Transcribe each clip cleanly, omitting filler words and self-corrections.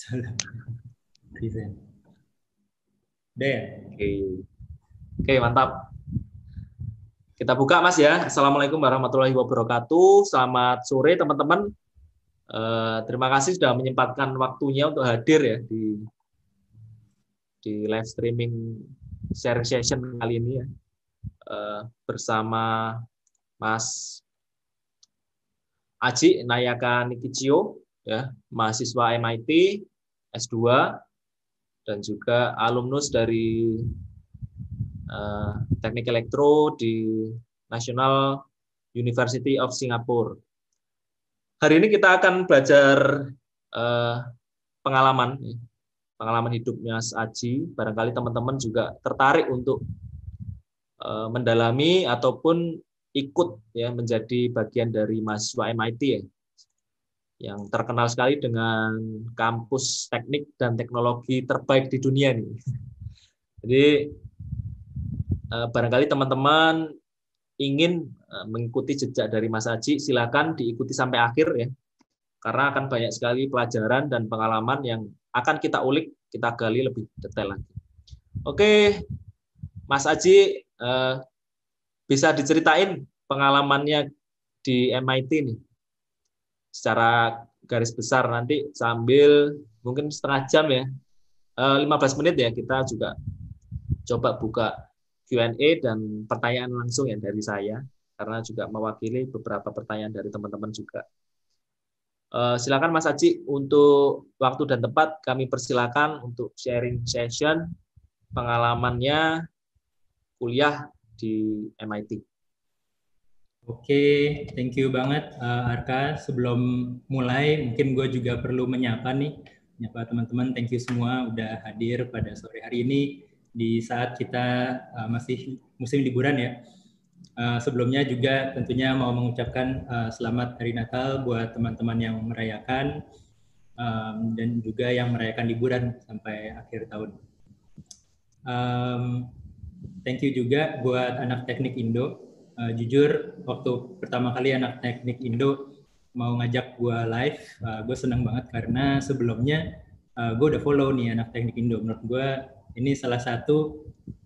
Salam. Desain. Udah ya? Oke, mantap. Kita buka Mas ya. Assalamualaikum warahmatullahi wabarakatuh. Selamat sore teman-teman. Terima kasih sudah menyempatkan waktunya untuk hadir ya di live streaming sharing session kali ini ya. Bersama Mas Aji Nayaka Nikichio ya, mahasiswa MIT S2 dan juga alumnus dari Teknik Elektro di National University of Singapore. Hari ini kita akan belajar pengalaman hidupnya Mas Aji. Barangkali teman-teman juga tertarik untuk mendalami ataupun ikut ya menjadi bagian dari mahasiswa MIT ya, yang terkenal sekali dengan kampus teknik dan teknologi terbaik di dunia nih. Jadi barangkali teman-teman ingin mengikuti jejak dari Mas Aji, silakan diikuti sampai akhir ya, karena akan banyak sekali pelajaran dan pengalaman yang akan kita ulik, kita gali lebih detail lagi. Oke, Mas Aji, bisa diceritain pengalamannya di MIT nih, secara garis besar, nanti sambil mungkin setengah jam ya, 15 menit ya, kita juga coba buka Q&A dan pertanyaan langsung ya dari saya, karena juga mewakili beberapa pertanyaan dari teman-teman juga. Silakan Mas Aji, untuk waktu dan tempat kami persilakan untuk sharing session pengalamannya kuliah di MIT. Oke, thank you banget Arka. Sebelum mulai, mungkin gue juga perlu menyapa teman-teman. Thank you semua udah hadir pada sore hari ini di saat kita masih musim liburan ya. Sebelumnya juga tentunya mau mengucapkan selamat Hari Natal buat teman-teman yang merayakan dan juga yang merayakan liburan sampai akhir tahun. Thank you juga buat anak teknik Indo. Jujur waktu pertama kali anak teknik Indo mau ngajak gue live, gue senang banget karena sebelumnya gue udah follow nih anak teknik Indo. Menurut gue ini salah satu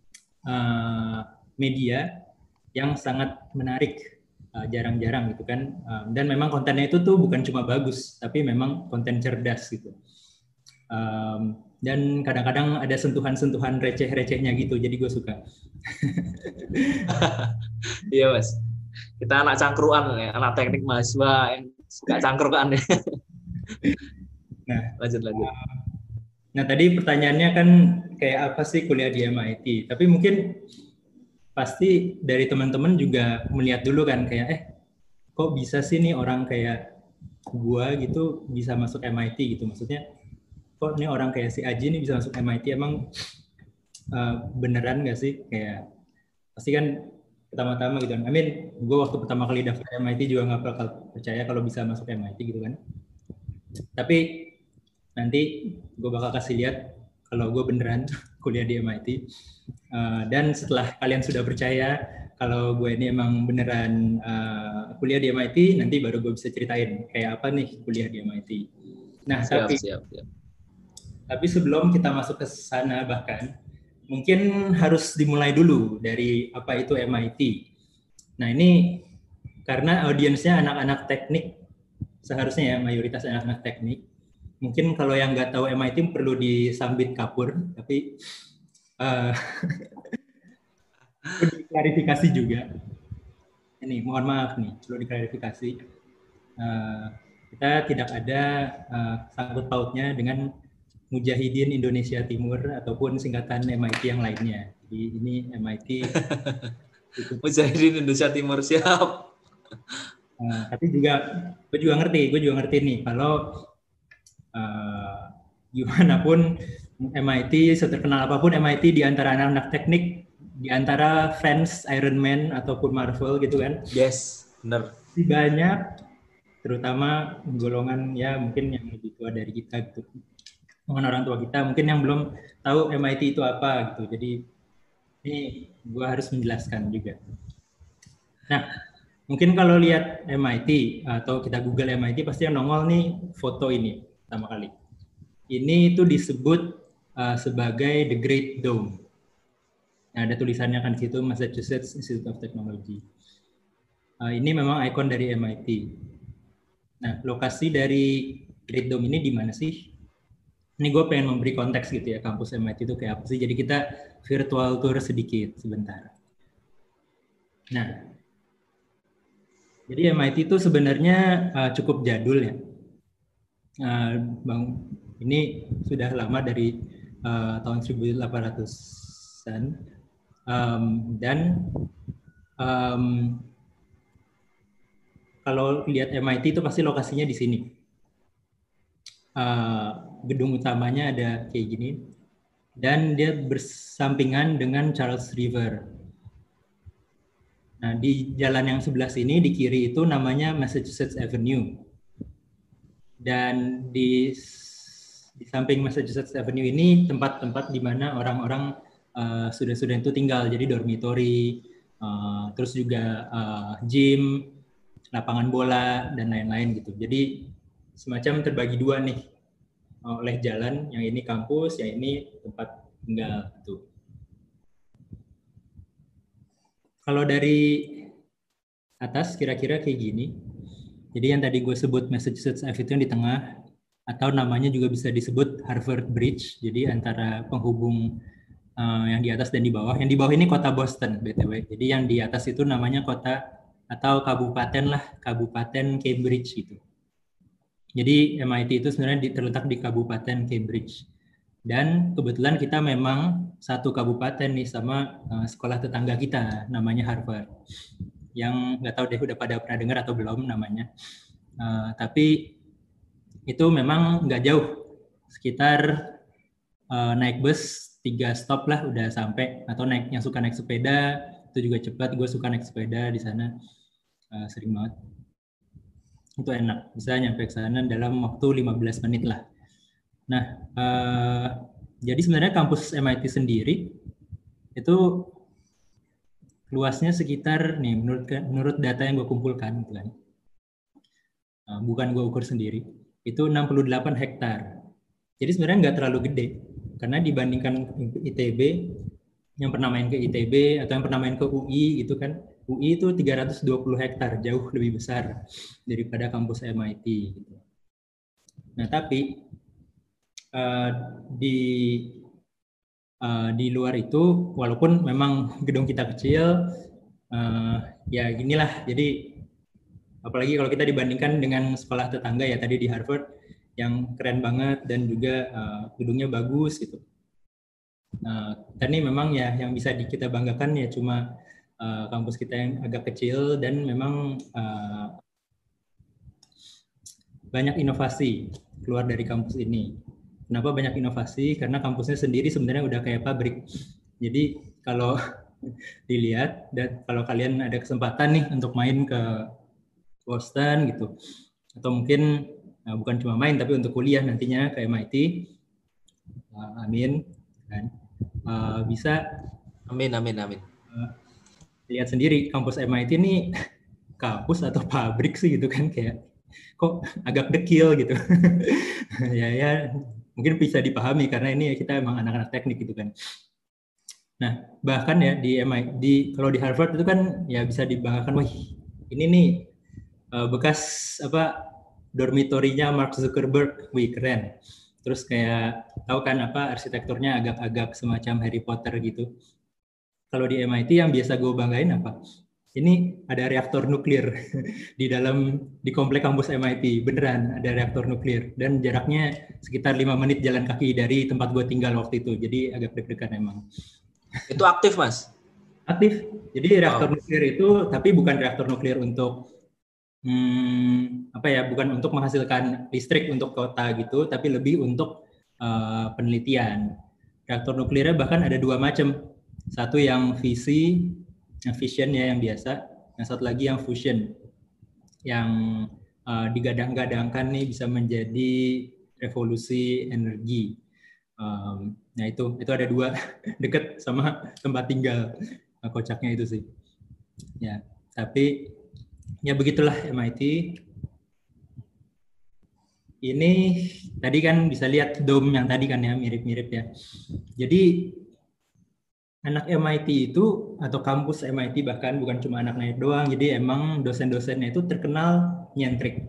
media yang sangat menarik, jarang-jarang gitu kan. Dan memang kontennya itu tuh bukan cuma bagus, tapi memang konten cerdas gitu. Dan kadang-kadang ada sentuhan-sentuhan receh-recehnya gitu, jadi gue suka. Iya Mas, kita anak cangkruan ya, anak teknik mahasiswa yang suka cangkruan ya. Nah, lanjut. Nah tadi pertanyaannya kan kayak apa sih kuliah di MIT? Tapi mungkin pasti dari teman-teman juga melihat dulu kan kayak kok bisa sih nih orang kayak gua gitu bisa masuk MIT gitu, maksudnya kok nih orang kayak si Aji nih bisa masuk MIT, emang beneran nggak sih? Kayak pasti kan pertama-tama gitu kan. I mean, gue waktu pertama kali daftar MIT juga nggak bakal percaya kalau bisa masuk MIT gitu kan. Tapi nanti gue bakal kasih lihat kalau gue beneran kuliah di MIT. Dan setelah kalian sudah percaya kalau gue ini emang beneran kuliah di MIT, nanti baru gue bisa ceritain kayak apa nih kuliah di MIT. Nah, siap. Tapi sebelum kita masuk ke sana bahkan, mungkin harus dimulai dulu dari apa itu MIT. Nah ini karena audiensnya anak-anak teknik, seharusnya ya mayoritas anak-anak teknik. Mungkin kalau yang nggak tahu MIT perlu disambit kapur, tapi perlu diklarifikasi juga. Ini mohon maaf nih, perlu diklarifikasi. Kita tidak ada sangkut pautnya dengan Mujahidin Indonesia Timur ataupun singkatan MIT yang lainnya. Jadi ini MIT. Mujahidin Indonesia Timur, siap. Tapi gue juga ngerti nih kalau gimana pun MIT, seterkenal apapun MIT di antara anak-anak teknik, di antara fans Iron Man ataupun Marvel gitu kan. Yes, benar. Banyak, terutama golongan ya mungkin yang lebih tua dari kita gitu. Orang tua kita mungkin yang belum tahu MIT itu apa gitu. Jadi ini gue harus menjelaskan juga. Nah, mungkin kalau lihat MIT atau kita Google MIT pasti yang nongol nih foto ini pertama kali. ini itu disebut sebagai The Great Dome. Nah, ada tulisannya kan di situ, Massachusetts Institute of Technology. Ini memang ikon dari MIT. Nah, lokasi dari Great Dome ini di mana sih? Ini gue pengen memberi konteks gitu ya, kampus MIT itu kayak apa sih. Jadi kita virtual tour sedikit sebentar. Nah, jadi MIT itu sebenarnya cukup jadul ya. Bang, ini sudah lama dari tahun 1800-an. Dan kalau lihat MIT itu pasti lokasinya di sini. Gedung utamanya ada kayak gini. Dan dia bersampingan dengan Charles River. Nah, di jalan yang sebelah sini, di kiri itu namanya Massachusetts Avenue. Dan di samping Massachusetts Avenue ini tempat-tempat di mana orang-orang student-student itu tinggal. Jadi dormitory, terus juga gym, lapangan bola, dan lain-lain gitu. Jadi semacam terbagi dua nih oleh jalan, yang ini kampus, yang ini tempat tinggal gitu. Kalau dari atas kira-kira kayak gini. Jadi yang tadi gue sebut Massachusetts Avenue di tengah, atau namanya juga bisa disebut Harvard Bridge. Jadi antara penghubung yang di atas dan di bawah. Yang di bawah ini kota Boston, BTW. Jadi yang di atas itu namanya kota atau kabupaten lah, Kabupaten Cambridge gitu. Jadi MIT itu sebenarnya terletak di Kabupaten Cambridge. Dan kebetulan kita memang satu kabupaten nih sama sekolah tetangga kita, namanya Harvard. Yang nggak tahu deh udah pada pernah dengar atau belum namanya. Tapi itu memang nggak jauh, sekitar naik bus 3 stop lah udah sampai, atau naik yang suka naik sepeda itu juga cepat. Gue suka naik sepeda di sana, sering banget. Itu enak, bisa nyampe ke sana dalam waktu 15 menit lah. Nah, jadi sebenarnya kampus MIT sendiri itu luasnya sekitar nih menurut data yang gue kumpulkan gitu kan. Bukan gue ukur sendiri, itu 68 hektar. Jadi sebenarnya nggak terlalu gede, karena dibandingkan ITB, yang pernah main ke ITB atau yang pernah main ke UI gitu kan, UI itu 320 hektar, jauh lebih besar daripada kampus MIT. Gitu. Nah tapi di luar itu, walaupun memang gedung kita kecil, ya ginilah. Jadi apalagi kalau kita dibandingkan dengan sekolah tetangga ya tadi di Harvard yang keren banget dan juga gedungnya bagus gitu. Dan ini memang ya yang bisa kita banggakan ya cuma kampus kita yang agak kecil dan memang banyak inovasi keluar dari kampus ini. Kenapa banyak inovasi? Karena kampusnya sendiri sebenarnya udah kayak pabrik. Jadi kalau dilihat dan kalau kalian ada kesempatan nih untuk main ke Boston gitu, atau mungkin bukan cuma main tapi untuk kuliah nantinya ke MIT, amin kan, bisa amin lihat sendiri kampus MIT ini kampus atau pabrik sih gitu kan, kayak kok agak dekil gitu. ya mungkin bisa dipahami karena ini kita emang anak-anak teknik gitu kan. Nah bahkan ya di MIT, kalau di Harvard itu kan ya bisa dibanggakan, wah ini nih bekas apa dormitorinya Mark Zuckerberg, wih keren. Terus kayak tahu kan apa arsitekturnya agak-agak semacam Harry Potter gitu. Kalau di MIT yang biasa gue banggain apa? Ini ada reaktor nuklir di komplek kampus MIT, beneran ada reaktor nuklir dan jaraknya sekitar 5 menit jalan kaki dari tempat gue tinggal waktu itu, jadi agak deg-degan emang. Itu aktif Mas? Aktif, jadi reaktor nuklir itu tapi bukan reaktor nuklir untuk bukan untuk menghasilkan listrik untuk kota gitu, tapi lebih untuk penelitian. Reaktor nuklirnya bahkan ada 2 macam, satu yang fission ya yang biasa, yang satu lagi yang fusion, yang digadang-gadangkan nih bisa menjadi revolusi energi. Nah itu ada 2 deket sama tempat tinggal, kocaknya itu sih. Ya, tapi ya begitulah MIT. Ini tadi kan bisa lihat dome yang tadi kan ya, mirip-mirip ya. Jadi anak MIT itu atau kampus MIT bahkan bukan cuma anak naik doang, jadi emang dosen-dosennya itu terkenal nyentrik.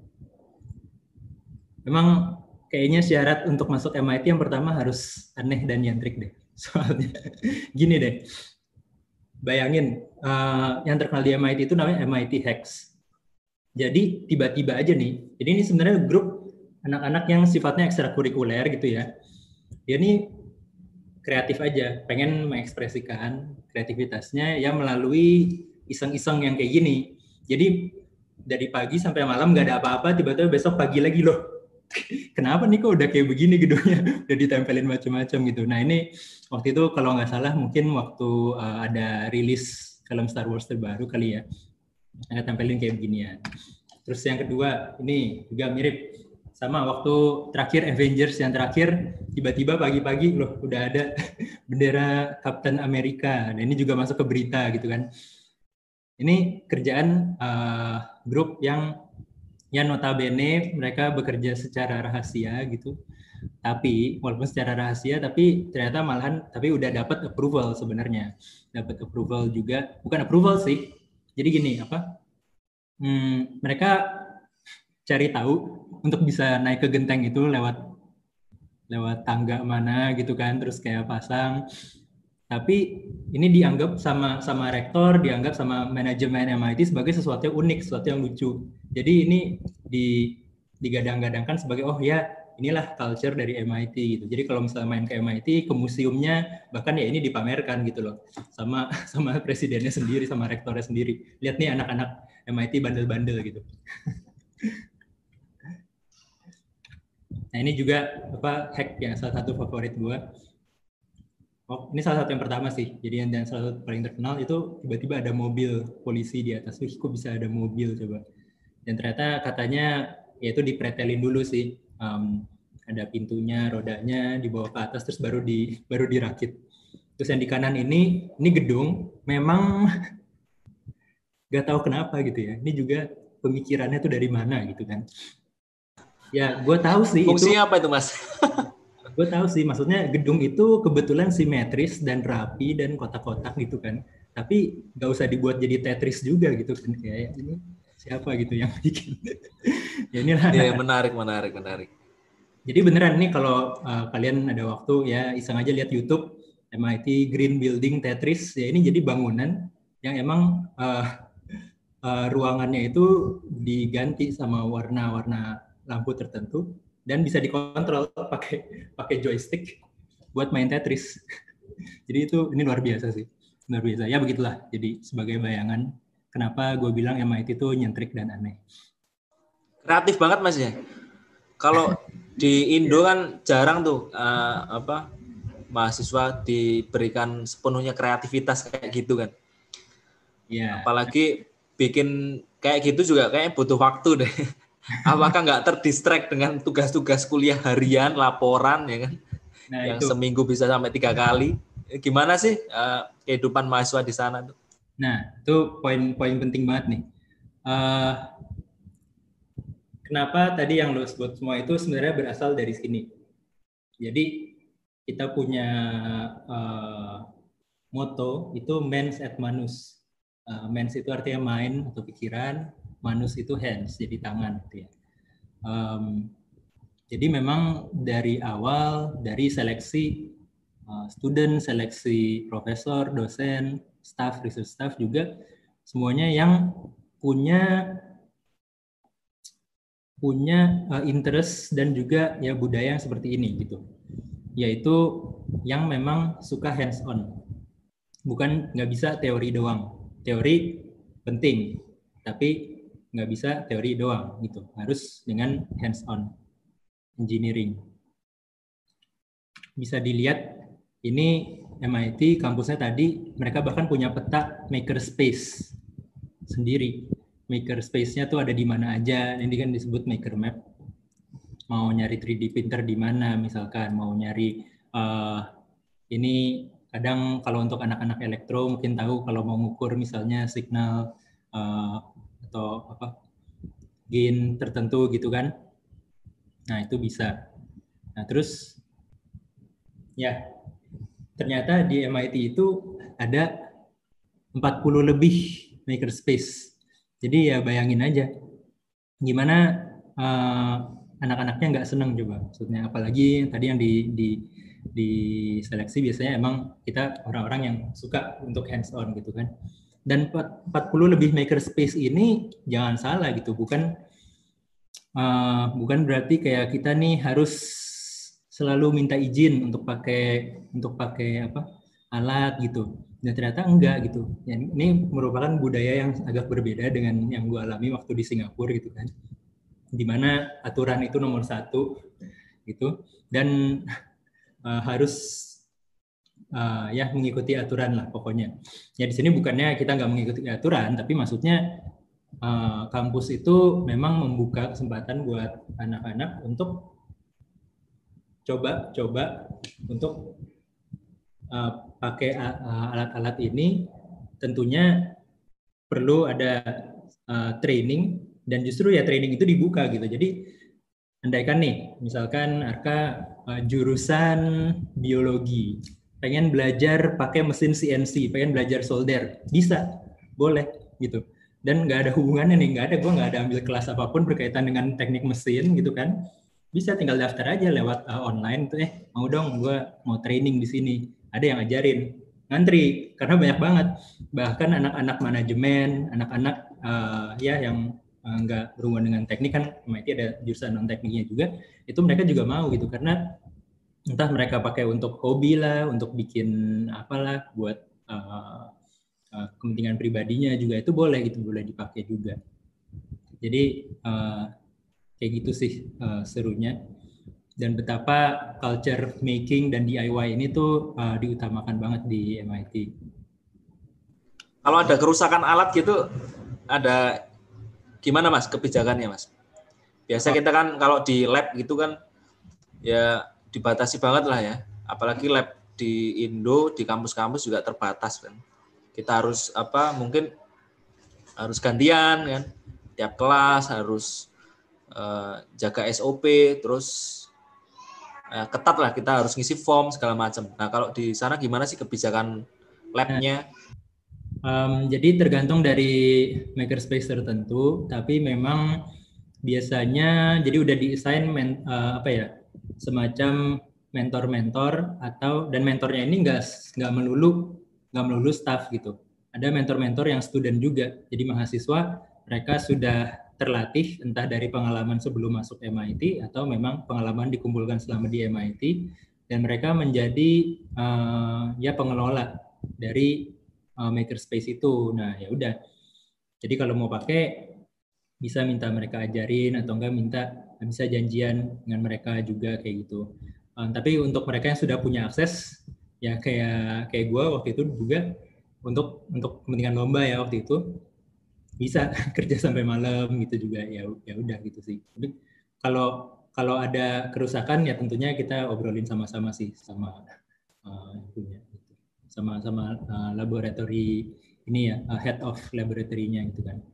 Memang kayaknya syarat untuk masuk MIT yang pertama harus aneh dan nyentrik deh. Soalnya gini deh, bayangin yang terkenal di MIT itu namanya MIT Hacks. Jadi tiba-tiba aja nih, jadi ini sebenarnya grup anak-anak yang sifatnya ekstrakurikuler gitu ya. Dia nih kreatif aja, pengen mengekspresikan kreativitasnya ya melalui iseng-iseng yang kayak gini. Jadi dari pagi sampai malam nggak ada apa-apa, tiba-tiba besok pagi lagi loh. Kenapa nih kok udah kayak begini gedungnya, udah ditempelin macam-macam gitu. Nah ini waktu itu kalau nggak salah mungkin waktu ada rilis film Star Wars terbaru kali ya, ada tempelin kayak beginian. Terus yang kedua ini juga mirip sama waktu terakhir Avengers yang terakhir, tiba-tiba pagi-pagi loh udah ada bendera Captain America. Nah ini juga masuk ke berita gitu kan. Ini kerjaan grup yang ya notabene mereka bekerja secara rahasia gitu. Tapi walaupun secara rahasia, tapi ternyata malahan tapi udah dapat approval sebenarnya. Dapat approval juga, bukan approval sih. Jadi gini apa? Mereka cari tahu untuk bisa naik ke genteng itu lewat tangga mana gitu kan, terus kayak pasang. Tapi ini dianggap sama rektor, dianggap sama manajemen MIT sebagai sesuatu yang unik, sesuatu yang lucu. Jadi ini digadang-gadangkan sebagai oh ya inilah culture dari MIT gitu. Jadi kalau misalnya main ke MIT, ke museumnya, bahkan ya ini dipamerkan gitu loh, sama presidennya sendiri, sama rektornya sendiri. Lihat nih anak-anak MIT bandel-bandel gitu. Nah ini juga apa hack yang salah satu favorit gue. Oh, ini salah satu yang pertama sih. Jadi yang dan salah satu paling terkenal itu tiba-tiba ada mobil polisi di atas. Wih, kok bisa ada mobil coba? Dan ternyata katanya ya itu dipretelin dulu sih. Ada pintunya, rodanya dibawa ke atas terus baru dirakit. Terus yang di kanan ini gedung memang nggak tahu kenapa gitu ya. Ini juga pemikirannya tuh dari mana gitu kan? Ya, gue tahu sih. Fungsinya apa itu, Mas? Gue tahu sih, maksudnya gedung itu kebetulan simetris dan rapi dan kotak-kotak gitu kan. Tapi nggak usah dibuat jadi Tetris juga gitu kan. Kayak ini siapa gitu yang bikin. Ya inilah. Ya, menarik. Jadi beneran nih kalau kalian ada waktu ya iseng aja lihat YouTube MIT Green Building Tetris. Ya ini jadi bangunan yang emang ruangannya itu diganti sama warna-warna lampu tertentu dan bisa dikontrol pakai joystick buat main Tetris. Jadi ini luar biasa sih, luar biasa. Ya begitulah. Jadi sebagai bayangan, kenapa gue bilang MIT itu nyentrik dan aneh. Kreatif banget Mas ya. Kalau di Indo kan jarang tuh mahasiswa diberikan sepenuhnya kreativitas kayak gitu kan. Ya. Apalagi bikin kayak gitu juga kayaknya butuh waktu deh. Apakah nggak terdistract dengan tugas-tugas kuliah harian, laporan ya kan? Nah, yang itu. Seminggu bisa sampai 3 kali. Gimana sih kehidupan mahasiswa di sana tuh? Nah, itu poin penting banget nih. Kenapa tadi yang lo sebut semua itu sebenarnya berasal dari sini. Jadi kita punya motto itu mens et manus. Mens itu artinya mind atau pikiran, manus itu hands, jadi tangan gitu ya. Jadi memang dari awal, dari seleksi student, seleksi profesor, dosen, staff, research staff juga, semuanya yang punya interest dan juga ya budaya yang seperti ini gitu. Yaitu yang memang suka hands on. Bukan nggak bisa teori doang. Teori penting, tapi nggak bisa teori doang gitu. Harus dengan hands on engineering. Bisa dilihat ini MIT kampusnya tadi mereka bahkan punya peta makerspace sendiri. Makerspace-nya tuh ada di mana aja. Ini kan disebut maker map. Mau nyari 3D printer di mana misalkan, mau nyari ini kadang kalau untuk anak-anak elektro mungkin tahu kalau mau ngukur misalnya signal atau gain tertentu gitu kan. Nah, itu bisa. Nah, terus ya ternyata di MIT itu ada 40 lebih makerspace. Jadi ya bayangin aja gimana anak-anaknya nggak seneng coba. Maksudnya apalagi tadi yang di seleksi biasanya emang kita orang-orang yang suka untuk hands on gitu kan. Dan 40 lebih makerspace ini jangan salah gitu, bukan berarti kayak kita nih harus selalu minta izin untuk pakai apa alat gitu. Dan ternyata enggak gitu. Ini merupakan budaya yang agak berbeda dengan yang gue alami waktu di Singapura gitu kan, di mana aturan itu nomor satu gitu, dan harus ya mengikuti aturan lah pokoknya. Ya di sini bukannya kita nggak mengikuti aturan, tapi maksudnya kampus itu memang membuka kesempatan buat anak-anak untuk coba untuk pakai alat-alat ini. Tentunya perlu ada training, dan justru ya training itu dibuka gitu. Jadi andaikan nih, misalkan Arka jurusan biologi, pengen belajar pakai mesin CNC, pengen belajar solder, bisa, boleh gitu. Dan nggak ada hubungannya nih, gue nggak ada ambil kelas apapun berkaitan dengan teknik mesin gitu kan. Bisa tinggal daftar aja lewat online tuh, mau dong gue mau training di sini. Ada yang ngajarin, ngantri karena banyak banget. Bahkan anak-anak manajemen, anak-anak ya yang nggak berhubungan dengan teknik kan, MIT ada jurusan non tekniknya juga, itu mereka juga mau gitu, karena entah mereka pakai untuk hobi lah, untuk bikin apalah buat kepentingan pribadinya juga, itu boleh gitu, boleh dipakai juga. Jadi kayak gitu sih serunya, dan betapa culture making dan DIY ini tuh diutamakan banget di MIT. Kalau ada kerusakan alat gitu, ada gimana Mas kebijakannya Mas? Biasa kita kan kalau di lab gitu kan ya dibatasi banget lah ya. Apalagi lab di Indo, di kampus-kampus juga terbatas kan. Kita harus mungkin harus gantian kan. Tiap kelas harus jaga SOP, terus ketat lah, kita harus ngisi form segala macam. Nah kalau di sana gimana sih kebijakan labnya? Jadi tergantung dari makerspace tertentu, tapi memang biasanya jadi udah di-assign semacam mentor-mentor, dan mentornya ini nggak melulu staff gitu. Ada mentor-mentor yang student juga. Jadi mahasiswa mereka sudah terlatih entah dari pengalaman sebelum masuk MIT atau memang pengalaman dikumpulkan selama di MIT, dan mereka menjadi ya pengelola dari makerspace itu. Nah ya udah. Jadi kalau mau pakai bisa minta mereka ajarin, atau enggak bisa janjian dengan mereka juga kayak gitu. Tapi untuk mereka yang sudah punya akses, ya kayak gue waktu itu juga untuk kepentingan lomba ya waktu itu bisa kerja sampai malam gitu juga, ya udah gitu sih. Tapi kalau ada kerusakan ya tentunya kita obrolin sama-sama sih sama sama laboratori ini ya, head of laboratory-nya gitu kan.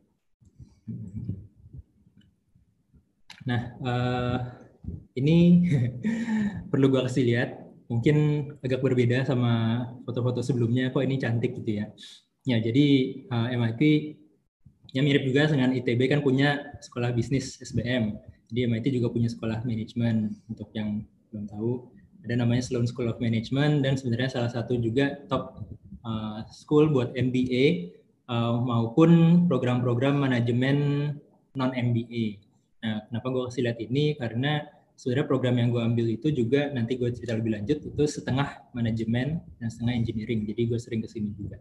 Nah, ini perlu gue kasih lihat, mungkin agak berbeda sama foto-foto sebelumnya, kok ini cantik gitu ya. Ya, jadi MIT ya mirip juga dengan ITB kan punya sekolah bisnis SBM. Jadi MIT juga punya sekolah manajemen, untuk yang belum tahu. Ada namanya Sloan School of Management, dan sebenarnya salah satu juga top school buat MBA maupun program-program manajemen non-MBA. Nah, kenapa gue kasih lihat ini? Karena sebenarnya program yang gue ambil itu juga, nanti gue cerita lebih lanjut, itu setengah manajemen dan setengah engineering. Jadi gue sering kesini juga.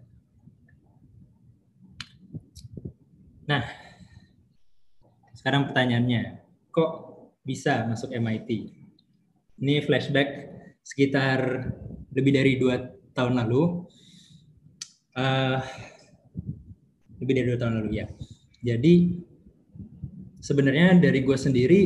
Nah, sekarang pertanyaannya, kok bisa masuk MIT? Ini flashback sekitar lebih dari 2 tahun lalu. Lebih dari 2 tahun lalu ya. Jadi sebenarnya dari gue sendiri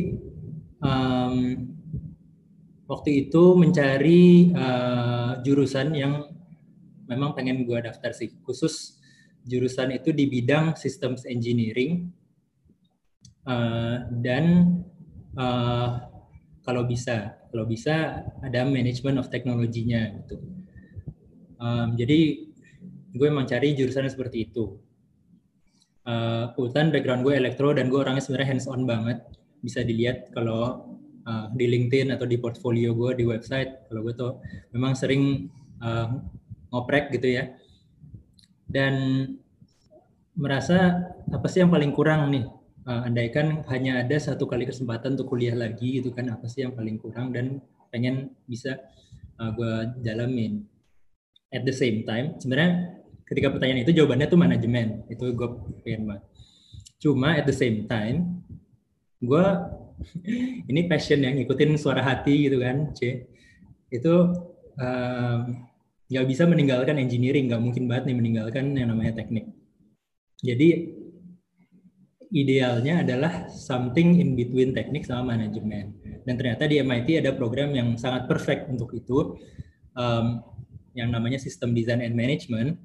waktu itu mencari jurusan yang memang pengen gue daftar sih, khusus jurusan itu di bidang systems engineering, dan kalau bisa ada management of teknologinya gitu. Jadi gue emang cari jurusan seperti itu. Kebetulan background gue elektro dan gue orangnya sebenarnya hands on banget. Bisa dilihat kalau di LinkedIn atau di portfolio gue di website, kalau gue tuh memang sering ngoprek gitu ya. Dan merasa apa sih yang paling kurang nih? Andaikan hanya ada 1 kali kesempatan untuk kuliah lagi gitu kan, apa sih yang paling kurang dan pengen bisa gue jalanin. At the same time, sebenarnya ketika pertanyaan itu jawabannya tuh manajemen, itu gue pengen banget. Cuma at the same time, gue ini passion yang ngikutin suara hati gitu kan, itu nggak bisa meninggalkan engineering, nggak mungkin banget nih meninggalkan yang namanya teknik. Jadi idealnya adalah something in between teknik sama manajemen. Dan ternyata di MIT ada program yang sangat perfect untuk itu, yang namanya System Design and Management,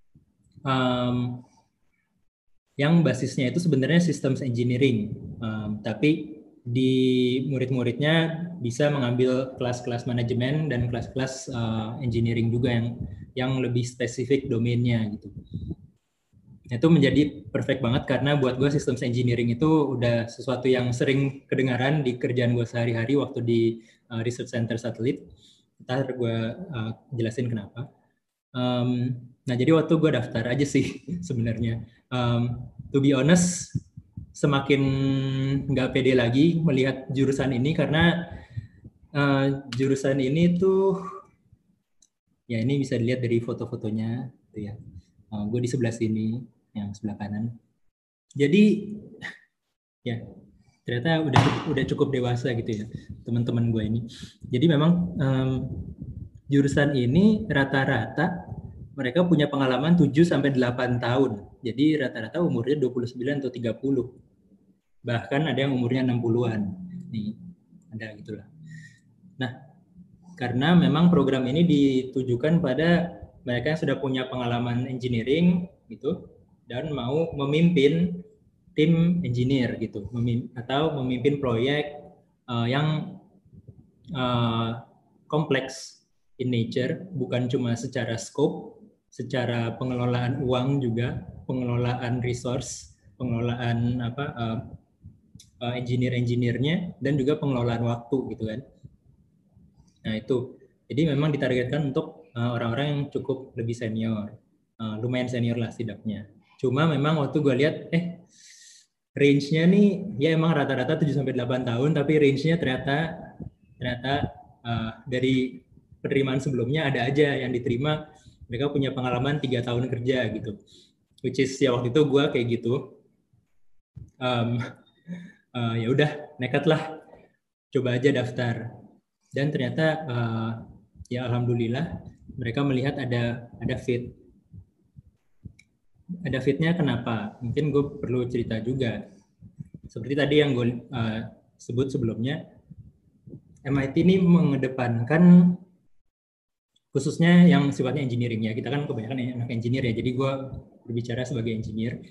yang basisnya itu sebenarnya Systems Engineering, tapi di murid-muridnya bisa mengambil kelas-kelas manajemen dan kelas-kelas engineering juga yang lebih spesifik domainnya gitu. Itu menjadi perfect banget karena buat gue systems engineering itu udah sesuatu yang sering kedengaran di kerjaan gue sehari-hari waktu di research center satelit. Ntar gue jelasin kenapa. Nah jadi waktu gue daftar aja sih sebenarnya. To be honest, semakin nggak pede lagi melihat jurusan ini karena jurusan ini tuh ya ini bisa dilihat dari foto-fotonya, gitu ya. Gue di sebelah sini, yang sebelah kanan. Jadi ya ternyata udah cukup dewasa gitu ya teman-teman gue ini. Jadi memang jurusan ini rata-rata mereka punya pengalaman 7 sampai 8 tahun. Jadi rata-rata umurnya 29 atau 30. Bahkan ada yang umurnya 60-an. Nih, ada gitulah. Nah, karena memang program ini ditujukan pada mereka yang sudah punya pengalaman engineering gitu dan mau memimpin tim engineer gitu, atau memimpin proyek yang kompleks in nature, bukan cuma secara scope, secara pengelolaan uang juga, pengelolaan resource, pengelolaan engineer-engineernya, dan juga pengelolaan waktu gitu kan. Nah itu, jadi memang ditargetkan untuk orang-orang yang cukup lebih senior, lumayan senior lah setidaknya. Cuma memang waktu gue lihat, range-nya nih, ya emang rata-rata 7-8 tahun, tapi range-nya ternyata dari penerimaan sebelumnya ada aja yang diterima, mereka punya pengalaman 3 tahun kerja gitu. Which is ya waktu itu gue kayak gitu. Ya udah, nekat lah, coba aja daftar. Dan ternyata ya alhamdulillah mereka melihat ada fit. Ada fitnya kenapa? Mungkin gue perlu cerita juga. Seperti tadi yang gue sebut sebelumnya, MIT ini mengedepankan khususnya yang sifatnya engineering ya. Kita kan kebanyakan anak engineer ya, jadi gue berbicara sebagai engineer.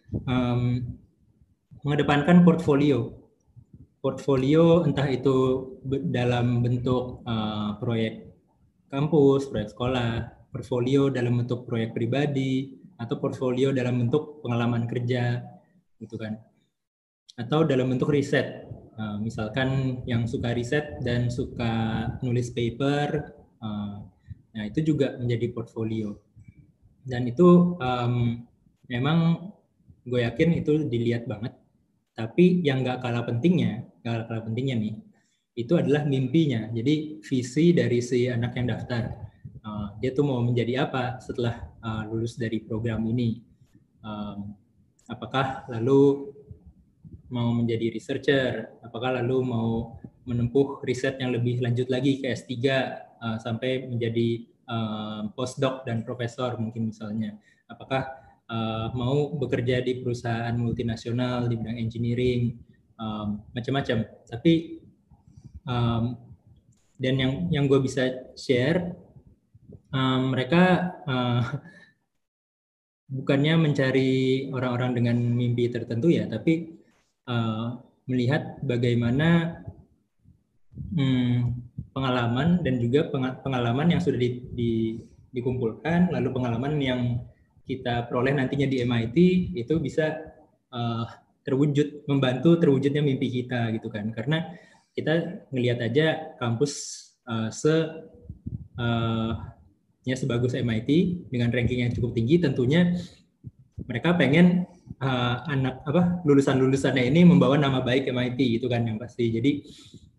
Mengedepankan portfolio. Portfolio entah itu dalam bentuk proyek kampus, proyek sekolah, portfolio dalam bentuk proyek pribadi, atau portfolio dalam bentuk pengalaman kerja, gitu kan. Atau dalam bentuk riset. Misalkan yang suka riset dan suka nulis paper, nah itu juga menjadi portfolio. Dan itu memang gue yakin itu dilihat banget. Tapi yang nggak kalah pentingnya nih, itu adalah mimpinya. Jadi visi dari si anak yang daftar. Dia tuh mau menjadi apa setelah lulus dari program ini. Apakah lalu mau menjadi researcher, apakah lalu mau menempuh riset yang lebih lanjut lagi ke S3 sampai menjadi postdoc dan profesor mungkin misalnya. Apakah mau bekerja di perusahaan multinasional di bidang engineering, macam-macam. Tapi dan yang gue bisa share, mereka bukannya mencari orang-orang dengan mimpi tertentu ya, tapi melihat bagaimana pengalaman dan juga pengalaman yang sudah dikumpulkan, lalu pengalaman yang kita peroleh nantinya di MIT itu bisa membantu terwujudnya mimpi kita gitu kan. Karena kita ngelihat aja kampus sebagus MIT dengan ranking yang cukup tinggi, tentunya mereka pengen lulusan-lulusannya ini membawa nama baik MIT itu kan yang pasti. Jadi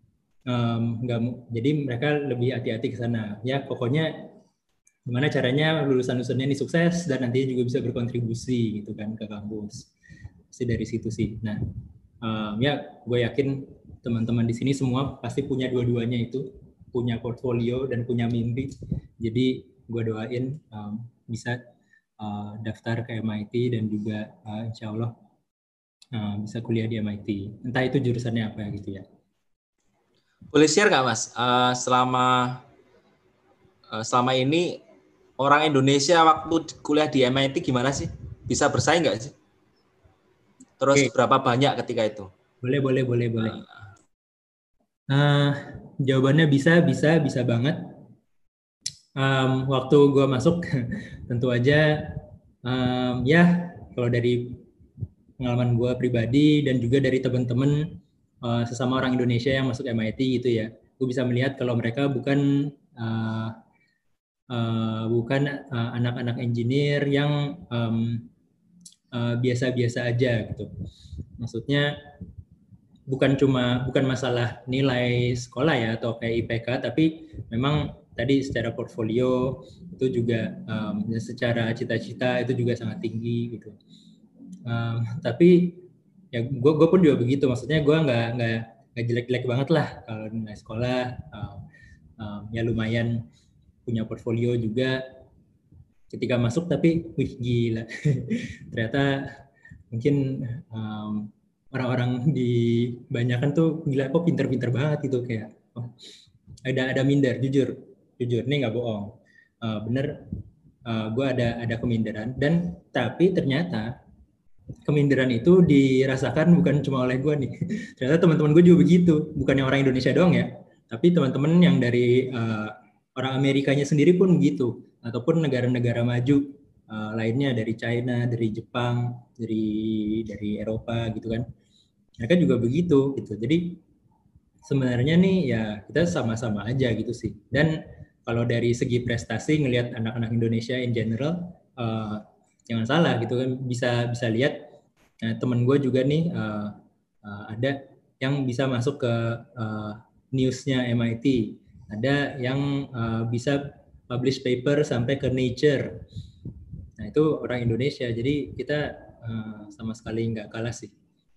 jadi mereka lebih hati-hati ke sana. Ya pokoknya gimana caranya lulusan-lulusannya ini sukses dan nantinya juga bisa berkontribusi gitu kan ke kampus. Pasti dari situ sih. Nah ya gue yakin teman-teman di sini semua pasti punya dua-duanya itu, punya portfolio dan punya mimpi. Jadi gue doain bisa daftar ke MIT dan juga insya Allah bisa kuliah di MIT. Entah itu jurusannya apa gitu ya. Boleh share nggak Mas, selama ini orang Indonesia waktu kuliah di MIT gimana sih? Bisa bersaing nggak sih? Terus berapa banyak ketika itu? Boleh. Jawabannya bisa banget. Waktu gue masuk, tentu aja ya kalau dari pengalaman gue pribadi dan juga dari teman-teman sesama orang Indonesia yang masuk MIT gitu ya, gue bisa melihat kalau mereka bukan anak-anak engineer yang biasa-biasa aja gitu. Maksudnya bukan masalah nilai sekolah ya atau kayak IPK, tapi memang tadi secara portfolio itu juga secara cita-cita itu juga sangat tinggi gitu. Tapi ya gue pun juga begitu, maksudnya gue nggak jelek-jelek banget lah kalau nilai sekolah, ya lumayan punya portfolio juga ketika masuk, tapi wih gila ternyata mungkin orang-orang di banyakan tuh gila kok pinter-pinter banget gitu, kayak ada minder, jujur ini nggak bohong, bener, gue ada keminderan, dan tapi ternyata keminderan itu dirasakan bukan cuma oleh gue nih, ternyata teman-teman gue juga begitu, bukan yang orang Indonesia doang ya, tapi teman-teman yang dari orang Amerikanya sendiri pun begitu, ataupun negara-negara maju lainnya, dari China, dari Jepang, dari Eropa gitu kan, mereka juga begitu gitu. Jadi sebenarnya nih ya kita sama-sama aja gitu sih. Dan kalau dari segi prestasi ngelihat anak-anak Indonesia in general, jangan salah gitu kan, bisa lihat temen gue juga nih ada yang bisa masuk ke newsnya MIT, ada yang bisa publish paper sampai ke Nature. Nah itu orang Indonesia, jadi kita sama sekali nggak kalah sih.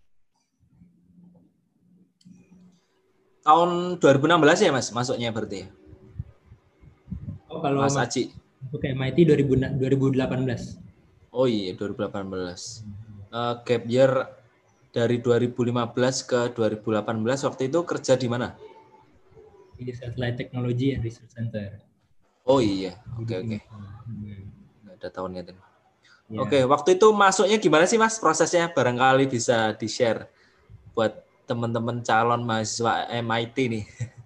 Tahun 2016 ya Mas masuknya berarti ya? Oh kalau Mas Aji untuk MIT 2018. Oh iya 2018. Gap year dari 2015 ke 2018 waktu itu kerja di mana? Di Satellite Technology and Research Center. Oh iya, oke. Nggak ada tahunnya tuh. Ya. Oke, waktu itu masuknya gimana sih Mas prosesnya? Barangkali bisa di-share buat teman-teman calon mahasiswa MIT nih.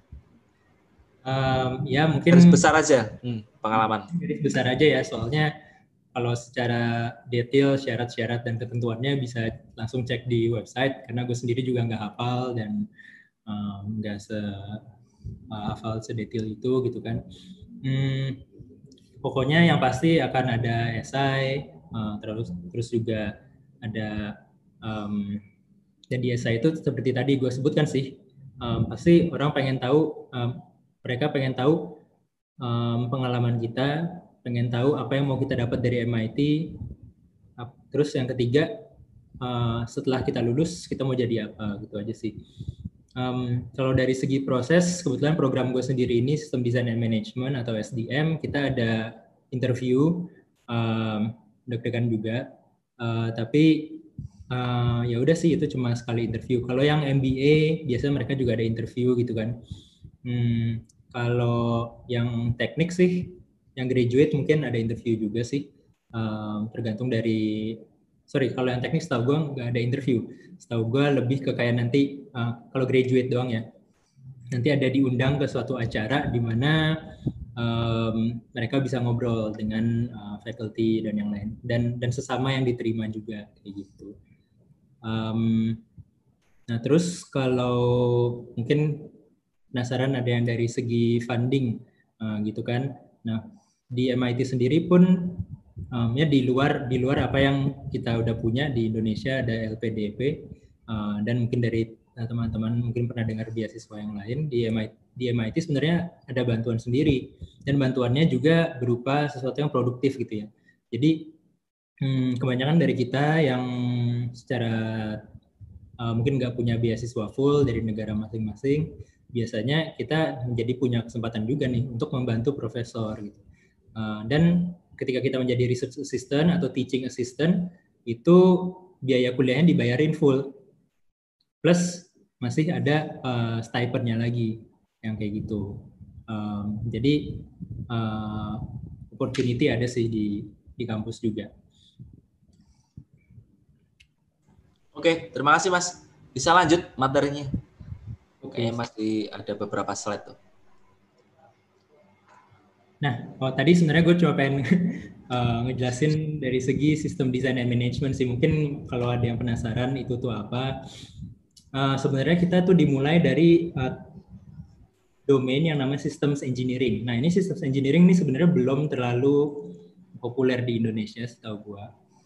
Ya mungkin garis besar aja pengalaman. Garis besar aja ya, soalnya kalau secara detail syarat-syarat dan ketentuannya bisa langsung cek di website, karena gue sendiri juga nggak hafal dan nggak hafal sedetail itu gitu kan. Pokoknya yang pasti akan ada esai, terus juga ada dan di esai itu seperti tadi gue sebutkan sih, pasti orang pengen tahu, mereka pengen tahu pengalaman kita, pengen tahu apa yang mau kita dapat dari MIT. Terus yang ketiga, setelah kita lulus kita mau jadi apa, gitu aja sih. Kalau dari segi proses, kebetulan program gue sendiri ini Sistem Design and Management atau SDM, kita ada interview, deg-degan juga, tapi ya udah sih itu cuma sekali interview. Kalau yang MBA biasanya mereka juga ada interview gitu kan. Kalau yang teknik sih, yang graduate mungkin ada interview juga sih, tergantung dari. Kalau yang teknik setahu gue nggak ada interview. Setahu gue lebih ke kayak nanti kalau graduate doang ya. nanti ada diundang ke suatu acara di mana mereka bisa ngobrol dengan faculty dan yang lain, dan sesama yang diterima juga kayak gitu. Nah terus kalau mungkin penasaran ada yang dari segi funding gitu kan. Nah di MIT sendiri pun ya di luar apa yang kita udah punya di Indonesia, ada LPDP dan mungkin dari teman-teman mungkin pernah dengar beasiswa yang lain di MIT sebenarnya ada bantuan sendiri, dan bantuannya juga berupa sesuatu yang produktif gitu ya. Jadi kebanyakan dari kita yang secara mungkin nggak punya beasiswa full dari negara masing-masing, biasanya kita menjadi punya kesempatan juga nih untuk membantu profesor gitu. Dan ketika kita menjadi research assistant atau teaching assistant, itu biaya kuliahnya dibayarin full, plus masih ada stipendnya lagi yang kayak gitu. Jadi opportunity ada sih di kampus juga. Oke, terima kasih Mas. Bisa lanjut materinya. Oke. Masih ada beberapa slide tuh. Nah, tadi sebenarnya gue cuma pengen ngejelasin dari segi sistem design and management sih. Mungkin kalau ada yang penasaran itu tuh apa. Sebenarnya kita tuh dimulai dari domain yang namanya systems engineering. Nah, ini systems engineering ini sebenarnya belum terlalu populer di Indonesia setahu gue.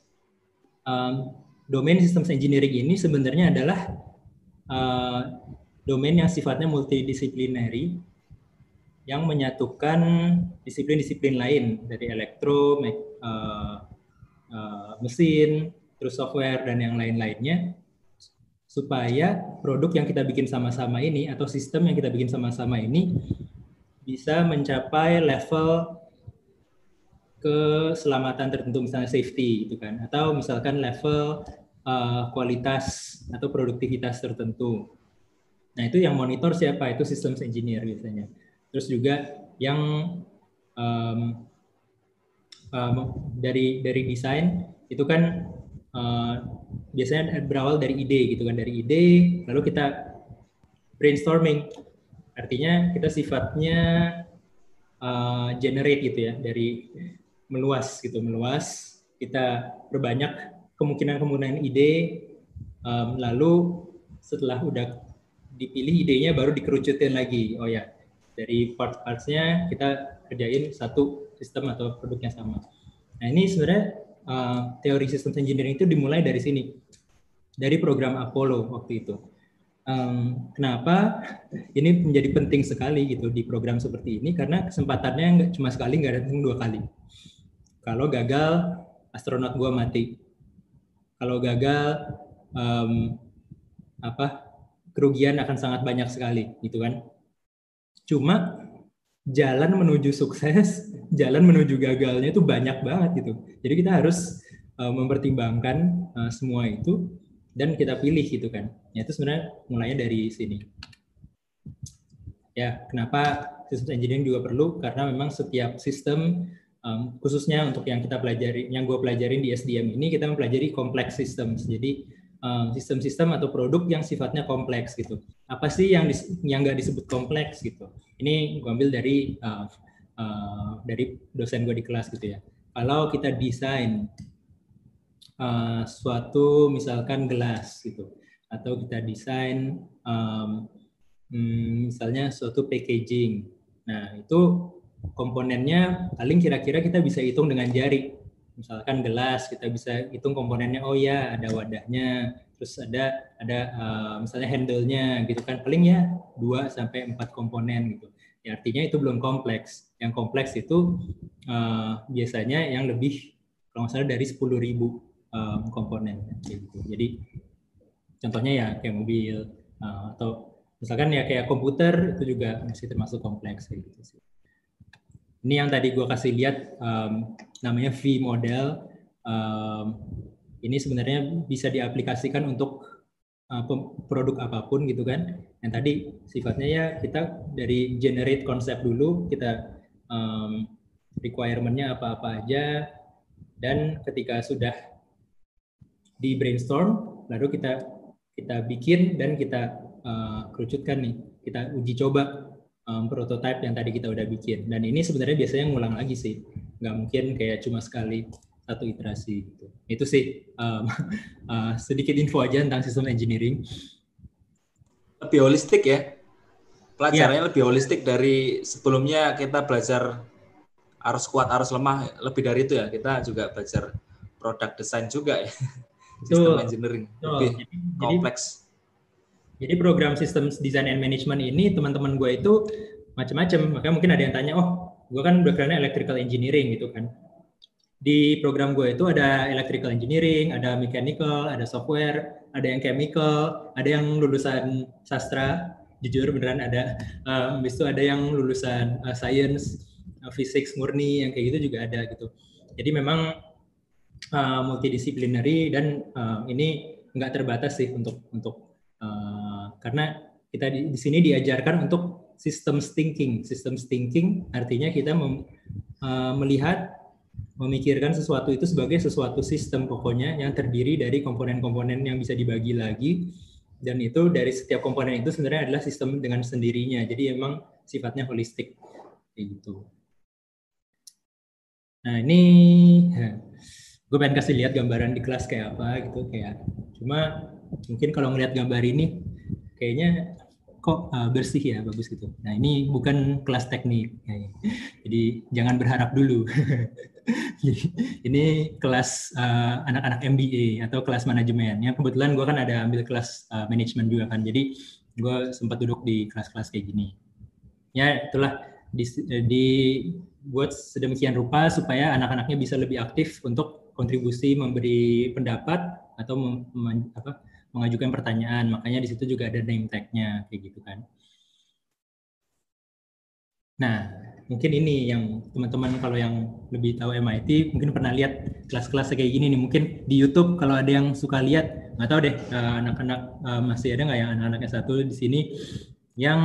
Domain systems engineering ini sebenarnya adalah domain yang sifatnya multidisciplinary, yang menyatukan disiplin-disiplin lain dari elektro, mesin, terus software dan yang lain-lainnya, supaya produk yang kita bikin sama-sama ini atau sistem yang kita bikin sama-sama ini bisa mencapai level keselamatan tertentu, misalnya safety gitu kan, atau misalkan level kualitas atau produktivitas tertentu. Nah, itu yang monitor siapa? Itu systems engineer biasanya. Terus juga yang dari desain itu kan biasanya berawal dari ide gitu kan, dari ide lalu kita brainstorming. Artinya kita sifatnya generate gitu ya, dari meluas, kita perbanyak kemungkinan ide, lalu setelah udah dipilih idenya baru dikerucutin lagi. Oh ya, dari part-partsnya kita kerjain satu sistem atau produknya sama. Nah ini sebenarnya teori systems engineering itu dimulai dari sini, dari program Apollo waktu itu. Kenapa ini menjadi penting sekali gitu di program seperti ini? Karena kesempatannya nggak cuma sekali, nggak datang 2 kali. Kalau gagal, astronot gua mati. Kalau gagal, kerugian akan sangat banyak sekali, gitu kan? Cuma jalan menuju sukses, jalan menuju gagalnya itu banyak banget gitu. Jadi kita harus mempertimbangkan semua itu dan kita pilih gitu kan. Ya, itu sebenarnya mulainya dari sini. Ya, kenapa systems engineering juga perlu? Karena memang setiap sistem, khususnya untuk yang kita pelajari, yang gue pelajarin di SDM ini, kita mempelajari complex systems. Jadi sistem-sistem atau produk yang sifatnya kompleks gitu. Apa sih yang nggak disebut kompleks gitu? Ini gue ambil dari dosen gue di kelas gitu ya. Kalau kita desain suatu misalkan gelas gitu, atau kita desain misalnya suatu packaging. Nah itu komponennya paling kira-kira kita bisa hitung dengan jari. Misalkan gelas kita bisa hitung komponennya, oh ya ada wadahnya, terus ada misalnya handle-nya gitu kan, paling ya 2-4 komponen gitu. Ya, artinya itu belum kompleks. Yang kompleks itu biasanya yang lebih, kalau nggak salah dari 10.000 komponen gitu. Jadi contohnya ya kayak mobil atau misalkan ya kayak komputer, itu juga masih termasuk kompleks kayak gitu sih. Ini yang tadi gue kasih lihat namanya V model. Ini sebenarnya bisa diaplikasikan untuk produk apapun gitu kan. Yang tadi sifatnya ya kita dari generate konsep dulu, kita requirement-nya apa-apa aja, dan ketika sudah di brainstorm, lalu kita bikin dan kita kerucutkan nih kita uji coba prototipe yang tadi kita udah bikin. Dan ini sebenarnya biasanya ngulang lagi sih, nggak mungkin kayak cuma sekali satu iterasi gitu. Itu sih sedikit info aja tentang sistem engineering. Lebih holistik ya, pelajarannya lebih holistik dari sebelumnya kita belajar arus kuat, arus lemah, lebih dari itu ya, kita juga belajar product design juga ya. Sistem engineering lebih kompleks. Jadi program sistem design and management ini teman-teman gue itu macam-macam. Makanya mungkin ada yang tanya, oh gue kan background-nya electrical engineering gitu kan. Di program gue itu ada electrical engineering, ada mechanical, ada software, ada yang chemical, ada yang lulusan sastra, jujur beneran ada. Habis itu ada yang lulusan science, physics murni, yang kayak gitu juga ada gitu. Jadi memang multidisciplinary dan ini nggak terbatas sih untuk karena kita di sini diajarkan untuk systems thinking. Systems thinking artinya kita melihat, memikirkan sesuatu itu sebagai sesuatu sistem pokoknya yang terdiri dari komponen-komponen yang bisa dibagi lagi, dan itu dari setiap komponen itu sebenarnya adalah sistem dengan sendirinya. Jadi emang sifatnya holistik gitu. Nah ini gue pengen kasih lihat gambaran di kelas kayak apa gitu, kayak cuma mungkin kalau ngelihat gambar ini kayaknya kok bersih ya, bagus gitu. Nah ini bukan kelas teknik, jadi jangan berharap dulu. Jadi, ini kelas anak-anak MBA atau kelas manajemen. Yang kebetulan gue kan ada ambil kelas manajemen juga kan, jadi gue sempat duduk di kelas-kelas kayak gini. Ya itulah dibuat sedemikian rupa supaya anak-anaknya bisa lebih aktif untuk kontribusi, memberi pendapat atau mengajukan pertanyaan. Makanya di situ juga ada name tag-nya kayak gitu kan. Nah, mungkin ini yang teman-teman kalau yang lebih tahu MIT mungkin pernah lihat kelas-kelas kayak gini nih. Mungkin di YouTube kalau ada yang suka lihat, nggak tahu deh anak-anak masih ada nggak yang anak-anak S1 di sini yang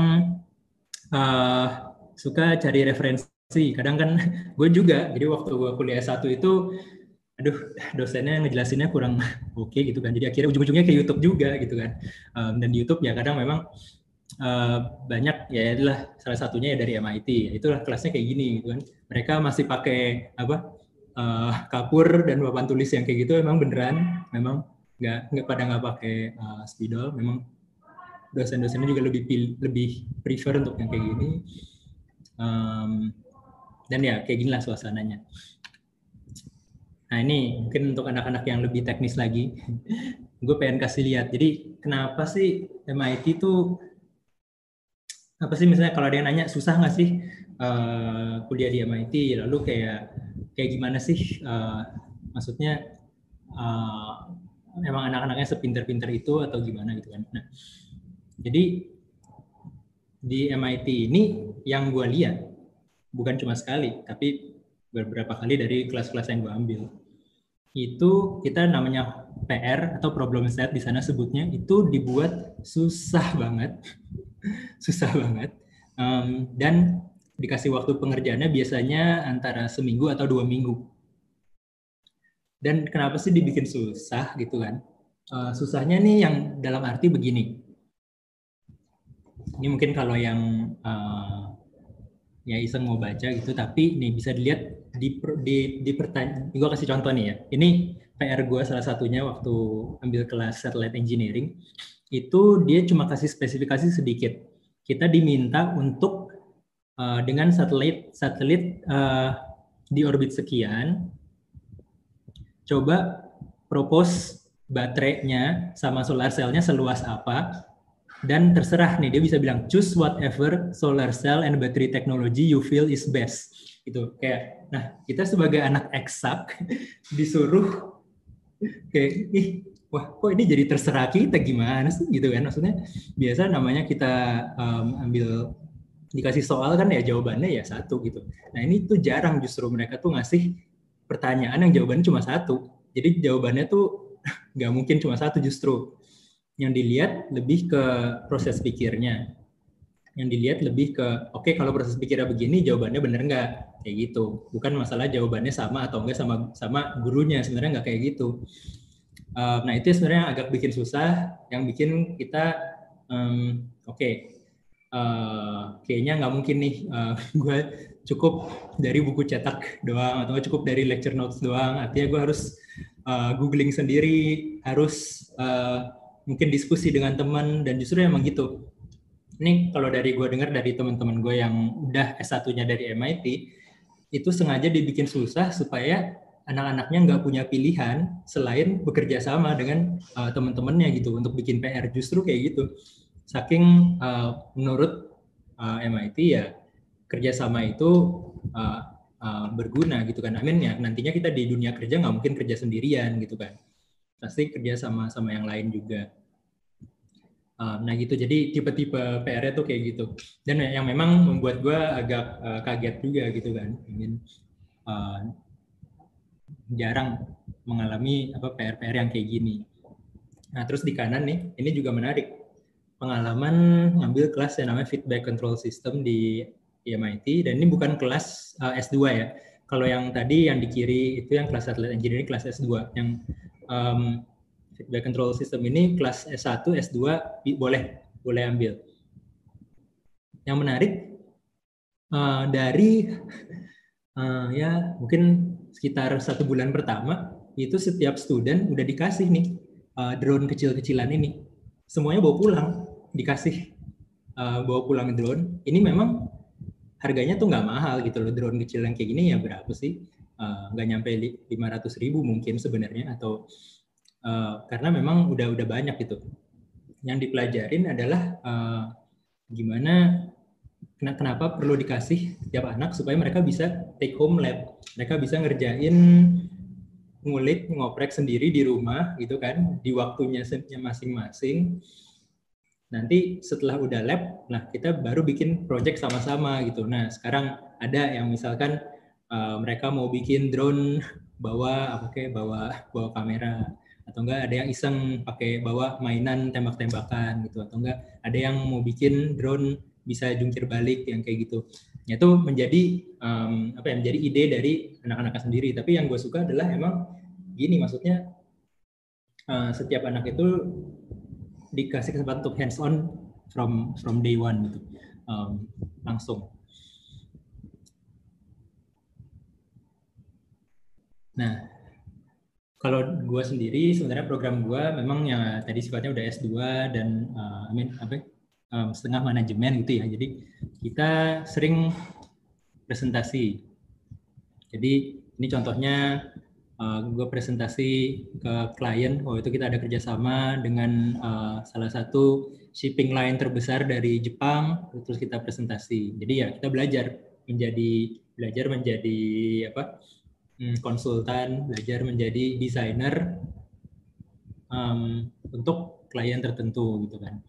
suka cari referensi. Kadang kan gue juga, jadi waktu gue kuliah S1 itu dosennya ngejelasinnya kurang oke gitu kan. Jadi akhirnya ujung-ujungnya ke YouTube juga gitu kan. Dan di YouTube ya kadang memang banyak ya adalah salah satunya ya dari MIT. Itulah kelasnya kayak gini gitu kan. Mereka masih pakai kapur dan papan tulis yang kayak gitu, emang beneran, memang nggak pakai spidol. Memang dosen-dosennya juga lebih prefer untuk yang kayak gini. Dan ya kayak ginilah suasananya. Nah ini mungkin untuk anak-anak yang lebih teknis lagi, gue pengen kasih lihat. Jadi kenapa sih MIT itu, apa sih misalnya kalau ada yang nanya susah nggak sih kuliah di MIT, lalu kayak gimana sih maksudnya emang anak-anaknya sepinter-pinter itu atau gimana gitu kan. Nah, jadi di MIT ini yang gue lihat bukan cuma sekali, tapi beberapa kali dari kelas-kelas yang gue ambil, itu kita namanya PR atau problem set di sana sebutnya, itu dibuat susah banget. Susah banget. Dan dikasih waktu pengerjaannya biasanya antara seminggu atau 2 minggu. Dan kenapa sih dibikin susah gitu kan? Susahnya nih yang dalam arti begini. Ini mungkin kalau yang ya iseng mau baca gitu, tapi nih bisa dilihat di pertanyaan. Gue kasih contoh nih ya. Ini PR gue salah satunya waktu ambil kelas satellite engineering, itu dia cuma kasih spesifikasi sedikit. Kita diminta untuk dengan satelit di orbit sekian, coba propose baterainya sama solar cell-nya seluas apa, dan terserah nih, dia bisa bilang choose whatever solar cell and battery technology you feel is best. Gitu kayak, nah kita sebagai anak eksak disuruh kayak, wah kok ini jadi terserah kita gimana sih gitu kan. Maksudnya biasa namanya kita ambil dikasih soal kan ya jawabannya ya satu gitu. Nah ini tuh jarang justru mereka tuh ngasih pertanyaan yang jawabannya cuma satu. Jadi jawabannya tuh nggak mungkin cuma satu justru. Yang dilihat lebih ke proses pikirnya. Yang dilihat lebih ke, oke, kalau proses pikirnya begini, jawabannya bener nggak? Kayak gitu. Bukan masalah jawabannya sama atau enggak sama gurunya. Sebenarnya nggak kayak gitu. Nah itu sebenarnya agak bikin susah. Yang bikin kita, kayaknya nggak mungkin nih gue cukup dari buku cetak doang atau cukup dari lecture notes doang. Artinya gue harus googling sendiri, harus mungkin diskusi dengan teman, dan justru emang gitu. Ini kalau dari gue dengar dari teman-teman gue yang udah S1-nya dari MIT, itu sengaja dibikin susah supaya anak-anaknya nggak punya pilihan selain bekerja sama dengan teman-temannya gitu untuk bikin PR. Justru kayak gitu. Saking menurut MIT ya kerjasama itu berguna gitu kan. Amin ya, nantinya kita di dunia kerja nggak mungkin kerja sendirian gitu kan. Pasti kerja sama yang lain juga. Nah gitu, jadi tipe-tipe PR-nya tuh kayak gitu. Dan yang memang membuat gue agak kaget juga gitu kan. Jarang mengalami PR-PR yang kayak gini. Nah terus di kanan nih, ini juga menarik. Pengalaman ngambil kelas yang namanya Feedback Control System di MIT, dan ini bukan kelas S2 ya. Kalau yang tadi yang di kiri itu yang kelas Satellite Engineering kelas S2. Yang Feedback Control System ini kelas S1, S2 boleh ambil. Yang menarik dari ya mungkin sekitar 1 bulan pertama itu setiap student udah dikasih nih drone kecil-kecilan ini. Semuanya bawa pulang, dikasih bawa pulang drone. Ini memang harganya tuh nggak mahal gitu loh, drone kecil yang kayak gini ya berapa sih? Nggak nyampe 500.000 mungkin sebenarnya, atau karena memang udah banyak gitu. Yang dipelajarin adalah gimana, kenapa perlu dikasih tiap anak supaya mereka bisa take home lab, mereka bisa ngerjain ngulik, ngoprek sendiri di rumah gitu kan, di waktunya masing-masing. Nanti setelah udah lab, nah kita baru bikin project sama-sama gitu. Nah sekarang ada yang misalkan mereka mau bikin drone bawa kamera, atau enggak ada yang iseng pakai bawa mainan tembak-tembakan gitu, atau enggak ada yang mau bikin drone bisa jungkir balik yang kayak gitu. Itu menjadi menjadi ide dari anak-anak sendiri. Tapi yang gue suka adalah emang gini, maksudnya setiap anak itu dikasih kesempatan untuk hands on from day one gitu, langsung. Nah, kalau gue sendiri sebenarnya program gue memang yang tadi sifatnya udah S2 dan setengah manajemen gitu ya. Jadi kita sering presentasi. Jadi ini contohnya gue presentasi ke klien. Itu kita ada kerjasama dengan salah satu shipping line terbesar dari Jepang. Terus kita presentasi. Jadi ya kita belajar menjadi konsultan, belajar menjadi desainer untuk klien tertentu gitu kan.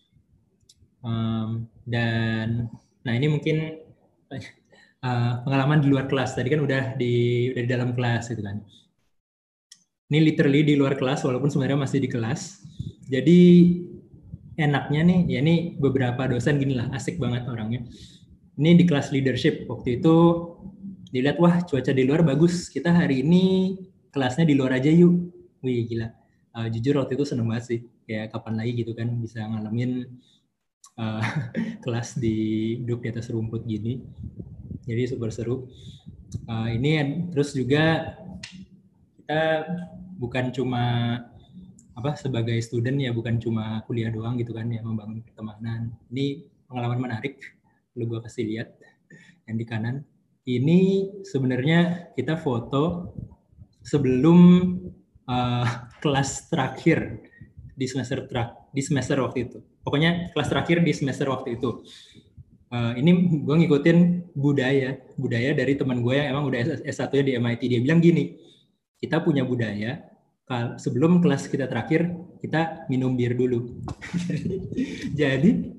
Dan nah ini mungkin pengalaman di luar kelas. Tadi kan udah di dalam kelas gitu kan. Ini literally di luar kelas walaupun sebenarnya masih di kelas. Jadi enaknya nih, ya ini beberapa dosen gini lah, asik banget orangnya. Ini di kelas leadership, waktu itu dilihat, wah cuaca di luar bagus, kita hari ini kelasnya di luar aja yuk. Wih gila, jujur waktu itu seneng banget sih, kayak kapan lagi gitu kan bisa ngalamin kelas duduk di atas rumput gini. Jadi super seru. Ini terus juga kita bukan cuma sebagai student ya, bukan cuma kuliah doang gitu kan ya, membangun pertemanan. Ini pengalaman menarik, perlu gue kasih lihat yang di kanan. Ini sebenarnya kita foto sebelum kelas terakhir di semester waktu itu. Pokoknya kelas terakhir di semester waktu itu. Ini gue ngikutin budaya dari teman gue yang emang udah S1-nya di MIT. Dia bilang gini, kita punya budaya, sebelum kelas kita terakhir, kita minum bir dulu. Jadi,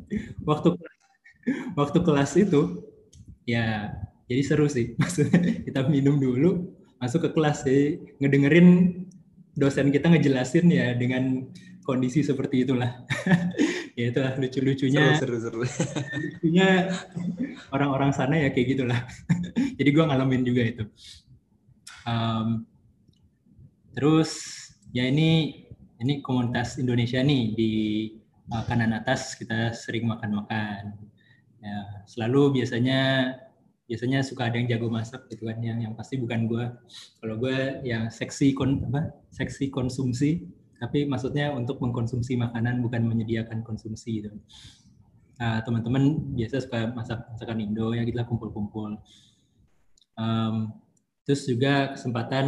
waktu kelas itu, ya jadi seru sih. Maksudnya kita minum dulu, masuk ke kelas, jadi ngedengerin dosen kita ngejelasin ya dengan kondisi seperti itulah. Ya itulah lucu-lucunya. Seru. Lucunya orang-orang sana ya kayak gitulah. Jadi gue ngalamin juga itu. Terus ya ini komunitas Indonesia nih di kanan atas, kita sering makan-makan. Ya, selalu biasanya suka ada yang jago masak gitu kan, yang pasti bukan gue. Kalau gue yang seksi konsumsi, tapi maksudnya untuk mengkonsumsi makanan bukan menyediakan konsumsi gitu. Nah, teman-teman biasa suka masakan Indo ya, kita kumpul-kumpul. Terus juga kesempatan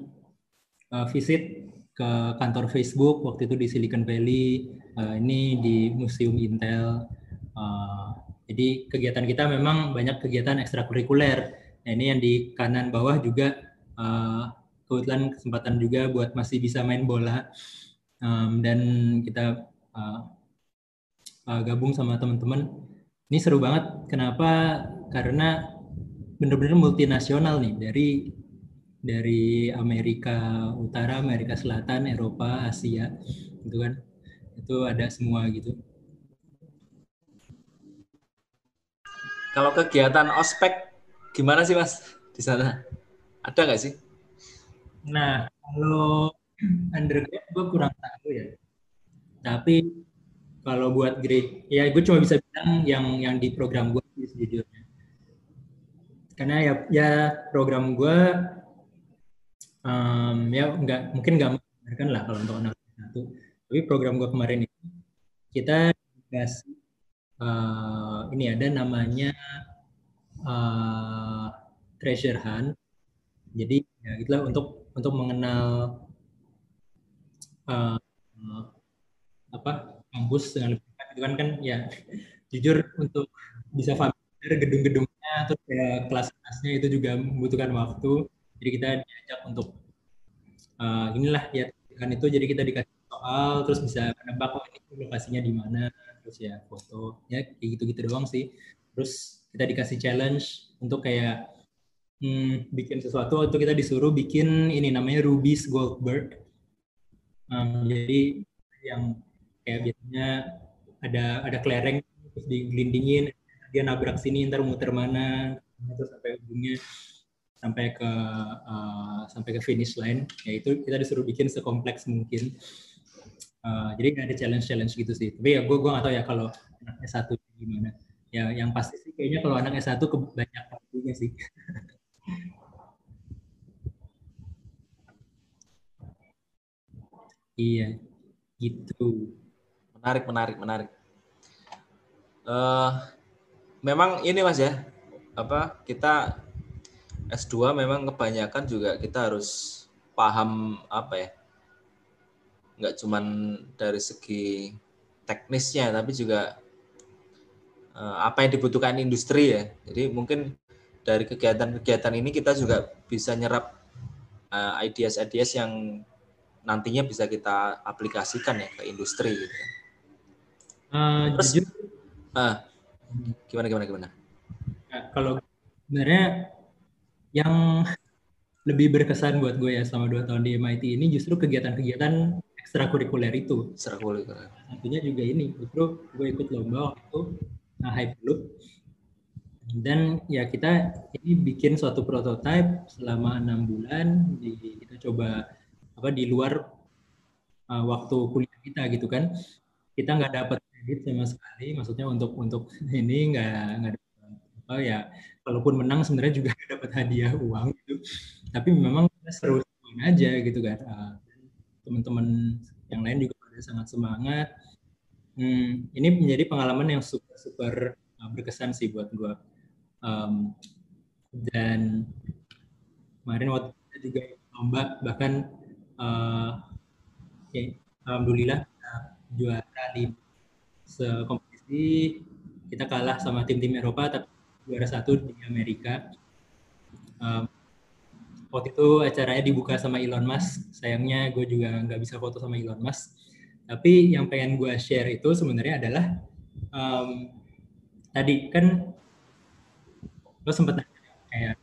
visit ke kantor Facebook waktu itu di Silicon Valley, ini di Museum Intel. Jadi kegiatan kita memang banyak kegiatan ekstrakurikuler. Nah, ini yang di kanan bawah juga kebetulan kesempatan juga buat masih bisa main bola, dan kita gabung sama teman-teman. Ini seru banget. Kenapa? Karena benar-benar multinasional nih, dari Amerika Utara, Amerika Selatan, Eropa, Asia, gitu kan. Itu ada semua gitu. Kalau kegiatan ospek gimana sih Mas di sana? Ada nggak sih? Nah, kalau undergrad gue kurang tahu ya. Tapi kalau buat grade, ya gue cuma bisa bilang yang di program gue sejujurnya. Karena ya program gue ya mungkin nggak membenarkan lah kalau untuk anak satu. Tapi program gue kemarin itu kita dikasih ini ada namanya uh, treasure hunt. Jadi ya itulah untuk mengenal uh, apa kampus dengan lebih dekat itu kan ya jujur untuk bisa familiar gedung-gedungnya terus kayak kelas-kelasnya itu juga membutuhkan waktu. Jadi kita diajak untuk inilah ya kan itu, jadi kita dikasih soal terus bisa menebak oh ini lokasinya di mana, terus ya foto ya kayak gitu-gitu doang sih. Terus kita dikasih challenge untuk kayak bikin sesuatu, itu kita disuruh bikin ini namanya Ruby's Goldberg. Jadi yang kayak biasanya ada kelereng terus digelindingin, dia nabrak sini ntar muter mana terus sampai ujungnya, sampai ke finish line, yaitu kita disuruh bikin sekompleks mungkin. Jadi ada challenge gitu sih, tapi ya gue nggak tahu ya kalau anak S1 gimana ya. Yang pasti sih kayaknya kalau anak S1 banyak waktunya sih. Iya gitu. Menarik. Memang ini Mas ya, kita S2 memang kebanyakan juga kita harus paham nggak cuman dari segi teknisnya, tapi juga apa yang dibutuhkan industri ya. Jadi mungkin dari kegiatan-kegiatan ini kita juga bisa nyerap ideas-ideas yang nantinya bisa kita aplikasikan ya ke industri gitu. Terus Jujur gimana? kalau sebenarnya yang lebih berkesan buat gue ya selama 2 tahun di MIT ini justru kegiatan-kegiatan ekstrakurikuler itu. Ekstrakurikuler. Satunya juga ini, justru gue ikut lomba waktu itu, Hyperloop. Dan ya kita ini bikin suatu prototipe selama 6 bulan, kita coba di luar waktu kuliah kita gitu kan. Kita nggak dapat kredit sama sekali, maksudnya untuk ini nggak dapat apa ya. Kalaupun menang sebenarnya juga nggak dapat hadiah uang gitu. Tapi memang seru-seruan aja gitu kan. Teman-teman yang lain juga pada sangat semangat. Ini menjadi pengalaman yang super super berkesan sih buat gue. Dan kemarin waktu kita juga lomba, bahkan ya, alhamdulillah juara di sekompetisi. Kita kalah sama tim-tim Eropa, tapi juara 1 di Amerika. Waktu itu acaranya dibuka sama Elon Musk. Sayangnya gue juga nggak bisa foto sama Elon Musk. Tapi yang pengen gue share itu sebenarnya adalah tadi kan lo sempat nanya kayak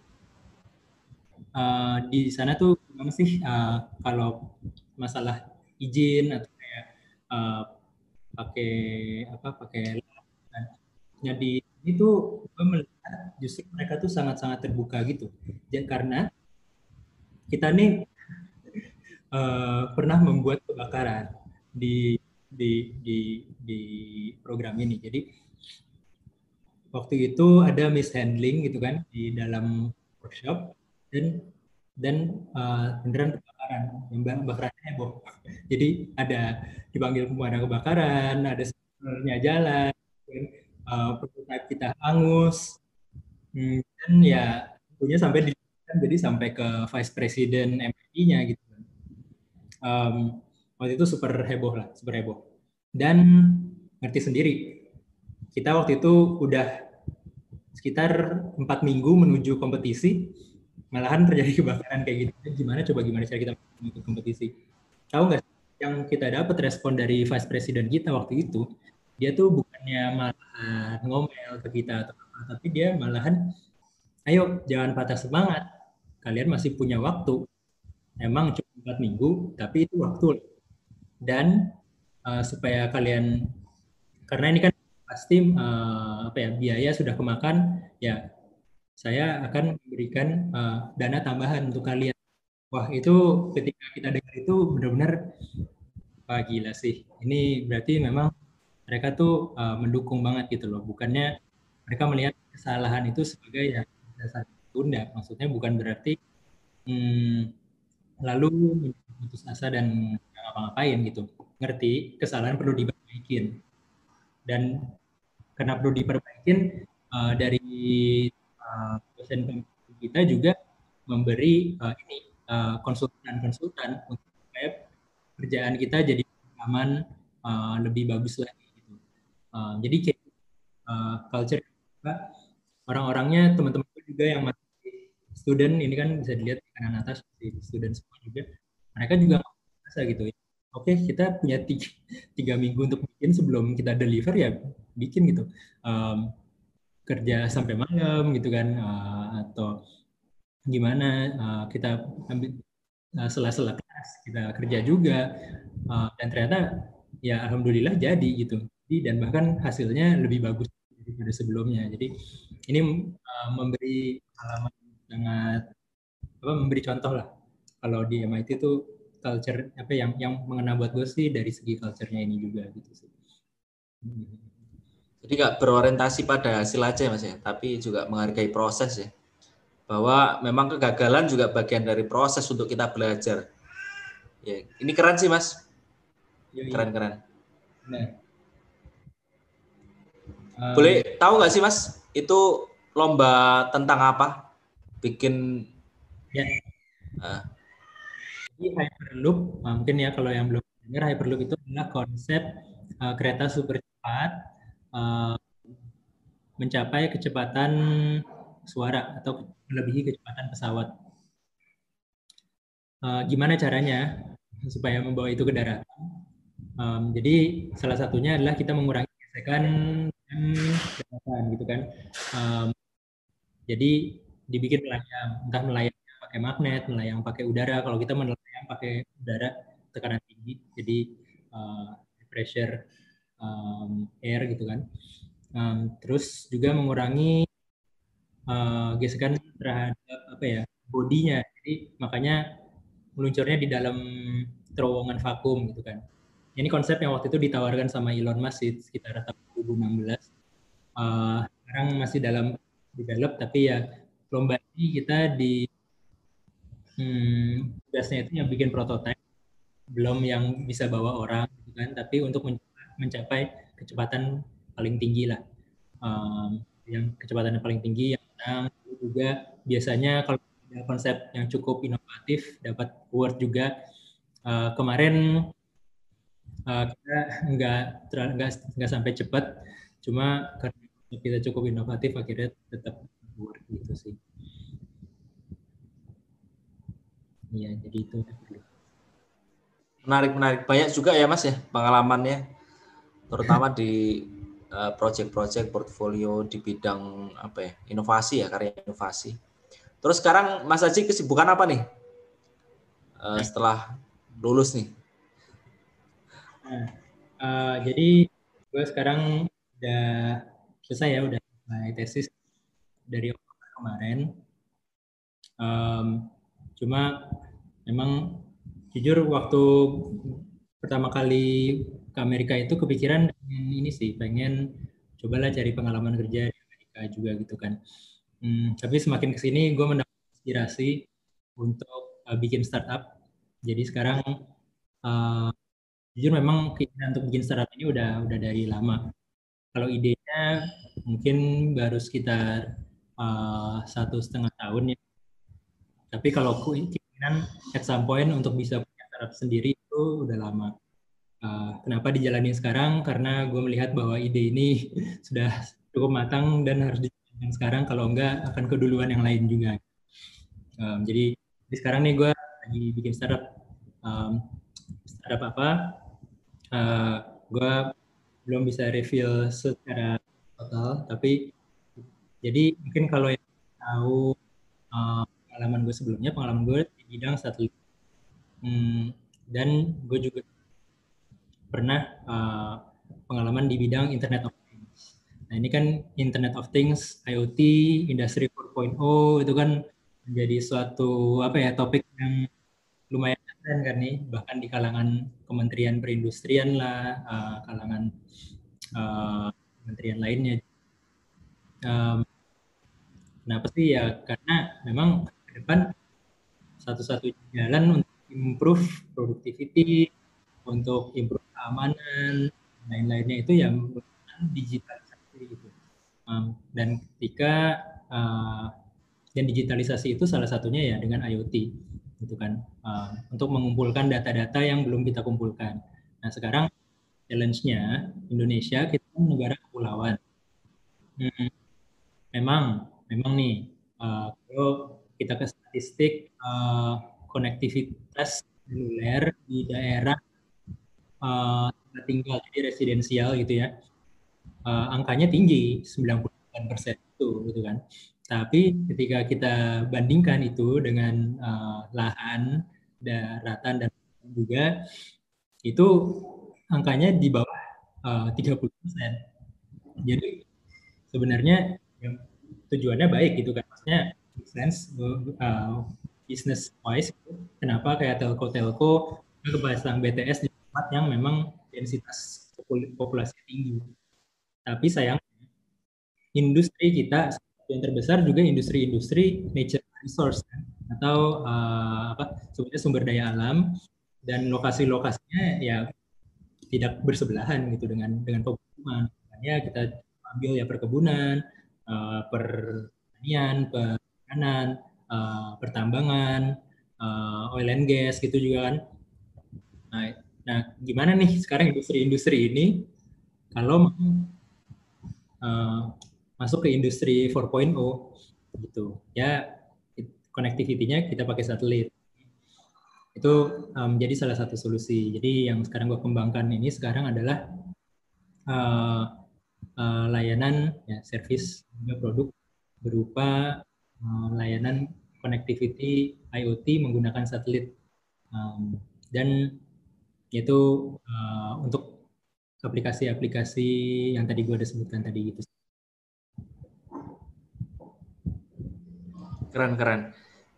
di sana tuh gimana sih kalau masalah izin atau kayak uh, pakai pakai lab. Nah di itu gue melihat justru mereka tuh sangat-sangat terbuka gitu. Dan karena kita nih pernah membuat kebakaran di di di program ini. Jadi waktu itu ada mishandling gitu kan di dalam workshop dan beneran kebakaran, yang kebakarannya heboh. Jadi ada dipanggil pemadam kebakaran, ada sebenarnya jalan, prototipe kita hangus, dan ya tentunya sampai jadi sampai ke vice president MIT-nya gitu. Waktu itu super heboh lah, super heboh. Dan ngerti sendiri, kita waktu itu udah sekitar 4 minggu menuju kompetisi, malahan terjadi kebakaran kayak gitu. Gimana cara kita ikut kompetisi? Tahu nggak yang kita dapat respon dari vice president kita waktu itu? Dia tuh bukannya malah ngomel ke kita atau apa, tapi dia malahan, ayo jangan patah semangat, kalian masih punya waktu. Emang cuma 4 minggu, tapi itu waktu. Dan supaya kalian, karena ini kan pasti biaya sudah kemakan, ya saya akan memberikan dana tambahan untuk kalian. Wah, itu ketika kita dengar itu benar-benar, wah gila sih. Ini berarti memang mereka tuh mendukung banget gitu loh. Bukannya mereka melihat kesalahan itu sebagai ya dasar tunda. Maksudnya bukan berarti lalu putus asa dan nggak ngapa-ngapain gitu. Ngerti kesalahan perlu diperbaikin. Dan karena perlu diperbaikin, dari dosen kita juga memberi konsultan-konsultan untuk supaya kerjaan kita jadi aman, lebih bagus lagi gitu. Jadi kayak culture orang-orangnya, teman-teman juga yang masih student ini kan bisa dilihat di kanan atas, di student semua juga, mereka juga merasa gitu ya. Oke, kita punya 3 minggu untuk bikin, sebelum kita deliver ya bikin gitu. Kerja sampai malam gitu kan, atau gimana, kita ambil sela-sela kelas kita kerja juga, dan ternyata ya alhamdulillah jadi gitu. Dan bahkan hasilnya lebih bagus daripada sebelumnya. Jadi ini memberi pengalaman sangat memberi contoh lah kalau di MIT itu culture yang mengena buat gue sih dari segi culture-nya ini juga gitu sih. Jadi nggak berorientasi pada hasil aja ya Mas ya, tapi juga menghargai proses ya. Bahwa memang kegagalan juga bagian dari proses untuk kita belajar. Ya, ini keren sih Mas. Keren-keren. Nah, boleh tahu nggak sih Mas, itu lomba tentang apa? Bikin ya. Jadi Hyperloop, mungkin ya kalau yang belum dengar, Hyperloop itu adalah konsep kereta super cepat mencapai kecepatan suara atau melebihi kecepatan pesawat. Gimana caranya supaya membawa itu ke daratan? Jadi salah satunya adalah kita mengurangi gesekan daratan gitu kan. Jadi dibikin melayang, entah melayang pakai magnet, melayang pakai udara. Kalau kita melayang pakai udara tekanan tinggi, jadi pressure air gitu kan. Terus juga mengurangi gesekan terhadap bodinya. Jadi makanya meluncurnya di dalam terowongan vakum gitu kan. Ini konsep yang waktu itu ditawarkan sama Elon Musk sekitar tahun 2016. Sekarang masih dalam develop, tapi ya lomba ini kita di tugasnya itu yang bikin prototipe, belum yang bisa bawa orang gitu kan, tapi untuk mencapai kecepatan paling tinggi lah. Yang kecepatan yang paling tinggi yang menang juga biasanya kalau ada konsep yang cukup inovatif dapat award juga. Kemarin kita nggak sampai cepat, cuma karena kita cukup inovatif akhirnya tetap award gitu sih. Iya, jadi itu. Menarik. Banyak juga ya Mas ya pengalamannya, terutama di project-project portfolio di bidang inovasi ya, karya inovasi. Terus sekarang Mas Aji kesibukan apa nih setelah lulus nih? Jadi gue sekarang udah selesai ya, udah mulai tesis dari Oktober kemarin. Cuma memang jujur waktu pertama kali ke Amerika itu kepikiran ini sih, pengen cobalah cari pengalaman kerja di Amerika juga gitu kan. Tapi semakin kesini gue mendapat inspirasi untuk bikin startup. Jadi sekarang jujur memang keinginan untuk bikin startup ini udah dari lama. Kalau idenya mungkin baru sekitar 1,5 tahun ya. Tapi kalau keinginan at some point untuk bisa punya startup sendiri itu udah lama. Kenapa dijalani sekarang? Karena gue melihat bahwa ide ini sudah cukup matang dan harus dijalankan sekarang. Kalau enggak akan keduluan yang lain juga. Jadi sekarang nih gue lagi bikin startup. Startup apa? Gue belum bisa reveal secara total, tapi jadi mungkin kalau yang tahu pengalaman gue sebelumnya, pengalaman gue di bidang satelit. Dan gue juga pernah pengalaman di bidang Internet of Things. Nah ini kan Internet of Things, IoT, Industri 4.0 itu kan menjadi suatu topik yang lumayan keren kan nih, bahkan di kalangan Kementerian Perindustrian lah, kalangan kementerian lainnya. Kenapa sih ya? Karena memang ke depan satu-satunya jalan untuk improve productivity, untuk improve keamanan, lain-lainnya itu yang menggunakan digitalisasi gitu. Dan ketika dan digitalisasi itu salah satunya ya dengan IoT gitu kan, untuk mengumpulkan data-data yang belum kita kumpulkan. Nah sekarang challenge-nya Indonesia kita kan negara kepulauan. Memang nih kalau kita ke statistik konektivitas seluler di daerah tinggal jadi residensial gitu ya, angkanya tinggi 98% itu gitu kan. Tapi ketika kita bandingkan itu dengan lahan, daratan dan juga itu angkanya di bawah 30%. Jadi sebenarnya tujuannya baik gitu kan, maksudnya sense business wise. Kenapa kayak telco kepasang BTS di tempat yang memang densitas populasi tinggi. Tapi sayang industri kita yang terbesar juga industri nature resource kan? Atau sebutnya sumber daya alam, dan lokasi-lokasinya ya tidak bersebelahan gitu dengan pemukiman. Makanya kita ambil ya perkebunan, pertanian, perikanan, pertambangan, oil and gas gitu juga kan. Nah, gimana nih sekarang industri-industri ini kalau masuk ke industri 4.0 gitu ya, connectivity-nya kita pakai satelit. Itu jadi salah satu solusi. Jadi yang sekarang gue kembangkan ini sekarang adalah layanan ya, service juga produk berupa layanan connectivity IoT menggunakan satelit, dan itu untuk aplikasi-aplikasi yang tadi gue udah sebutkan tadi gitu. Keren.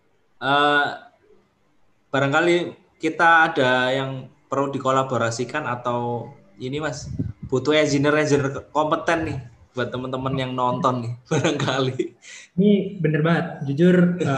Barangkali kita ada yang perlu dikolaborasikan atau ini Mas, butuh engineer kompeten nih buat teman-teman yang nonton nih barangkali. Ini bener banget, jujur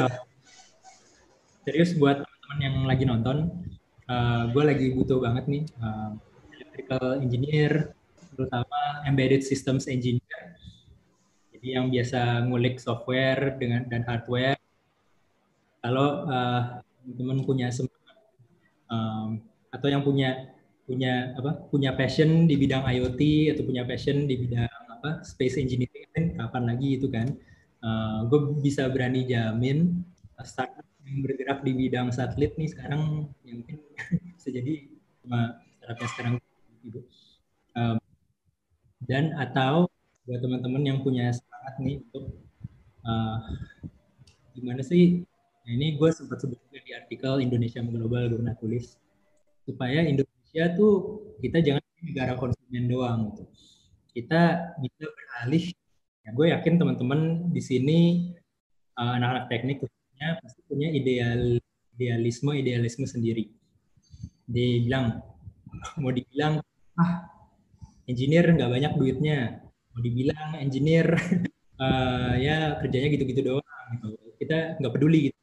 serius buat teman-teman yang lagi nonton, gue lagi butuh banget nih electrical engineer, terutama embedded systems engineer. Jadi yang biasa ngulik software dan hardware. Kalau teman-teman punya semangat atau yang punya passion di bidang IoT atau punya passion di bidang space engineering, kan kapan lagi itu kan, gue bisa berani jamin startup yang bergerak di bidang satelit nih sekarang yang mungkin bisa jadi startupnya sekarang gitu. Dan atau buat teman-teman yang punya semangat nih untuk gimana sih, nah ini gue sempat sebut juga di artikel Indonesia Mengglobal gue pernah tulis, supaya Indonesia tuh kita jangan negara konsumen doang gitu. Kita bisa beralih, ya gue yakin teman-teman di sini anak-anak teknik khususnya pasti punya idealisme sendiri. Mau dibilang engineer nggak banyak duitnya, mau dibilang engineer Ya kerjanya gitu-gitu doang gitu. Kita nggak peduli gitu.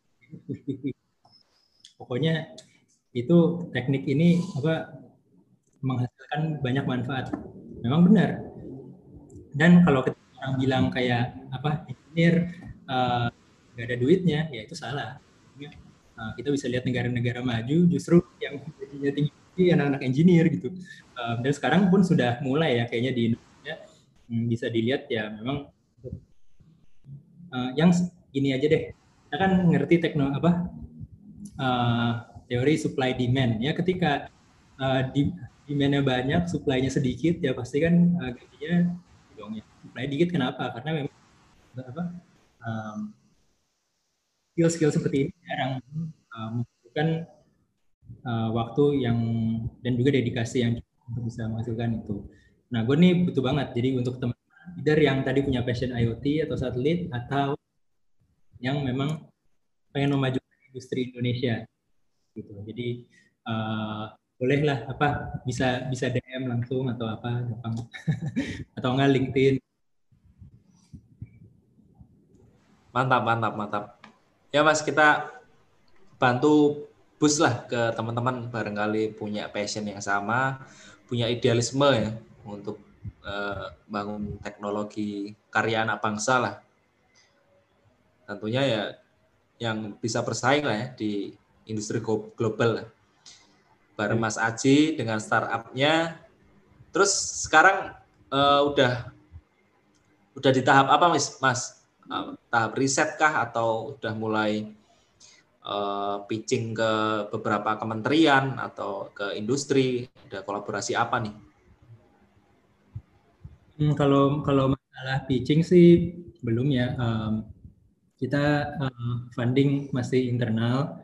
Pokoknya itu teknik ini apa menghasilkan banyak manfaat. Memang benar. Dan kalau orang bilang kayak apa engineer nggak ada duitnya, ya itu salah. Kita bisa lihat negara-negara maju justru yang gajinya tinggi anak-anak engineer gitu. Dan sekarang pun sudah mulai ya kayaknya di Indonesia bisa dilihat ya memang yang gini aja deh. Kita kan ngerti uh, teori supply demand ya ketika demand-nya banyak, supply-nya sedikit ya pasti kan gajinya dong ya. Supply dikit kenapa? Karena memang apa um, skill-skill seperti ini jarang membutuhkan waktu yang dan juga dedikasi yang cukup untuk bisa menghasilkan itu. Nah, gue nih butuh banget. Jadi untuk teman-teman leader yang tadi punya passion IoT atau satelit atau yang memang pengen memajukan industri Indonesia gitu. Jadi bolehlah apa bisa bisa DM langsung atau apa gampang atau enggak LinkedIn. Mantap, mantap, mantap. Ya Mas, kita bantu boost lah ke teman-teman barangkali punya passion yang sama, punya idealisme ya untuk bangun teknologi karya anak bangsa lah. Tentunya ya yang bisa bersaing lah ya di industri global lah. Bareng Mas Aji dengan startupnya. Terus sekarang udah di tahap apa Mas? Tahap riset kah atau udah mulai pitching ke beberapa kementerian atau ke industri? Ada kolaborasi apa nih? Kalau masalah pitching sih belum ya. Kita funding masih internal.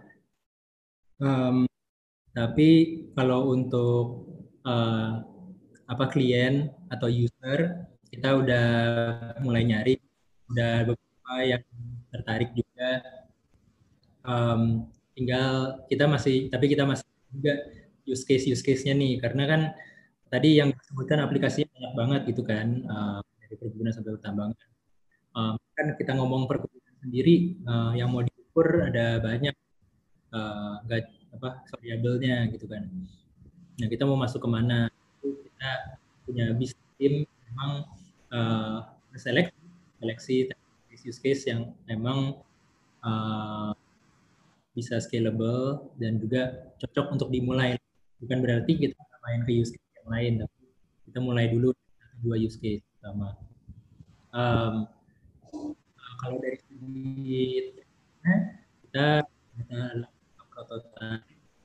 Tapi kalau untuk apa klien atau user kita udah mulai nyari, udah beberapa yang tertarik juga. Tinggal kita masih juga use case-nya nih, karena kan tadi yang disebutkan aplikasinya banyak banget gitu kan, dari perkebunan sampai pertambangan. Kan kita ngomong perkebunan sendiri, yang mau diukur ada banyak nggak variabelnya gitu kan. Nah kita mau masuk kemana? Kita punya bisnis tim memang seleksi use case yang memang bisa scalable dan juga cocok untuk dimulai. Bukan berarti kita main ke use case yang lain, tapi kita mulai dulu dua use case pertama. Kalau dari segi kita lakukan prototipe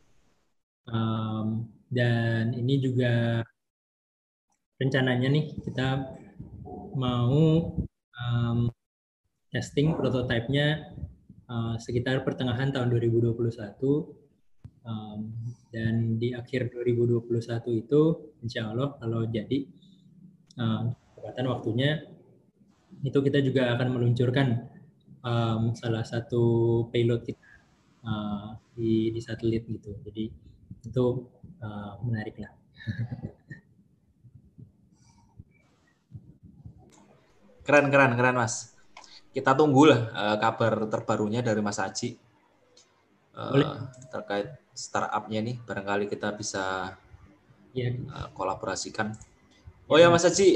dan ini juga rencananya nih kita mau testing prototipenya sekitar pertengahan tahun 2021 dan di akhir 2021 itu insya Allah kalau jadi kesempatan waktunya itu kita juga akan meluncurkan salah satu payload kita di satelit gitu. Jadi itu menarik lah. Keren Mas. Kita tunggulah kabar terbarunya dari Mas Aji terkait startupnya nih. Barangkali kita bisa kolaborasikan. Oh ya Mas Aji,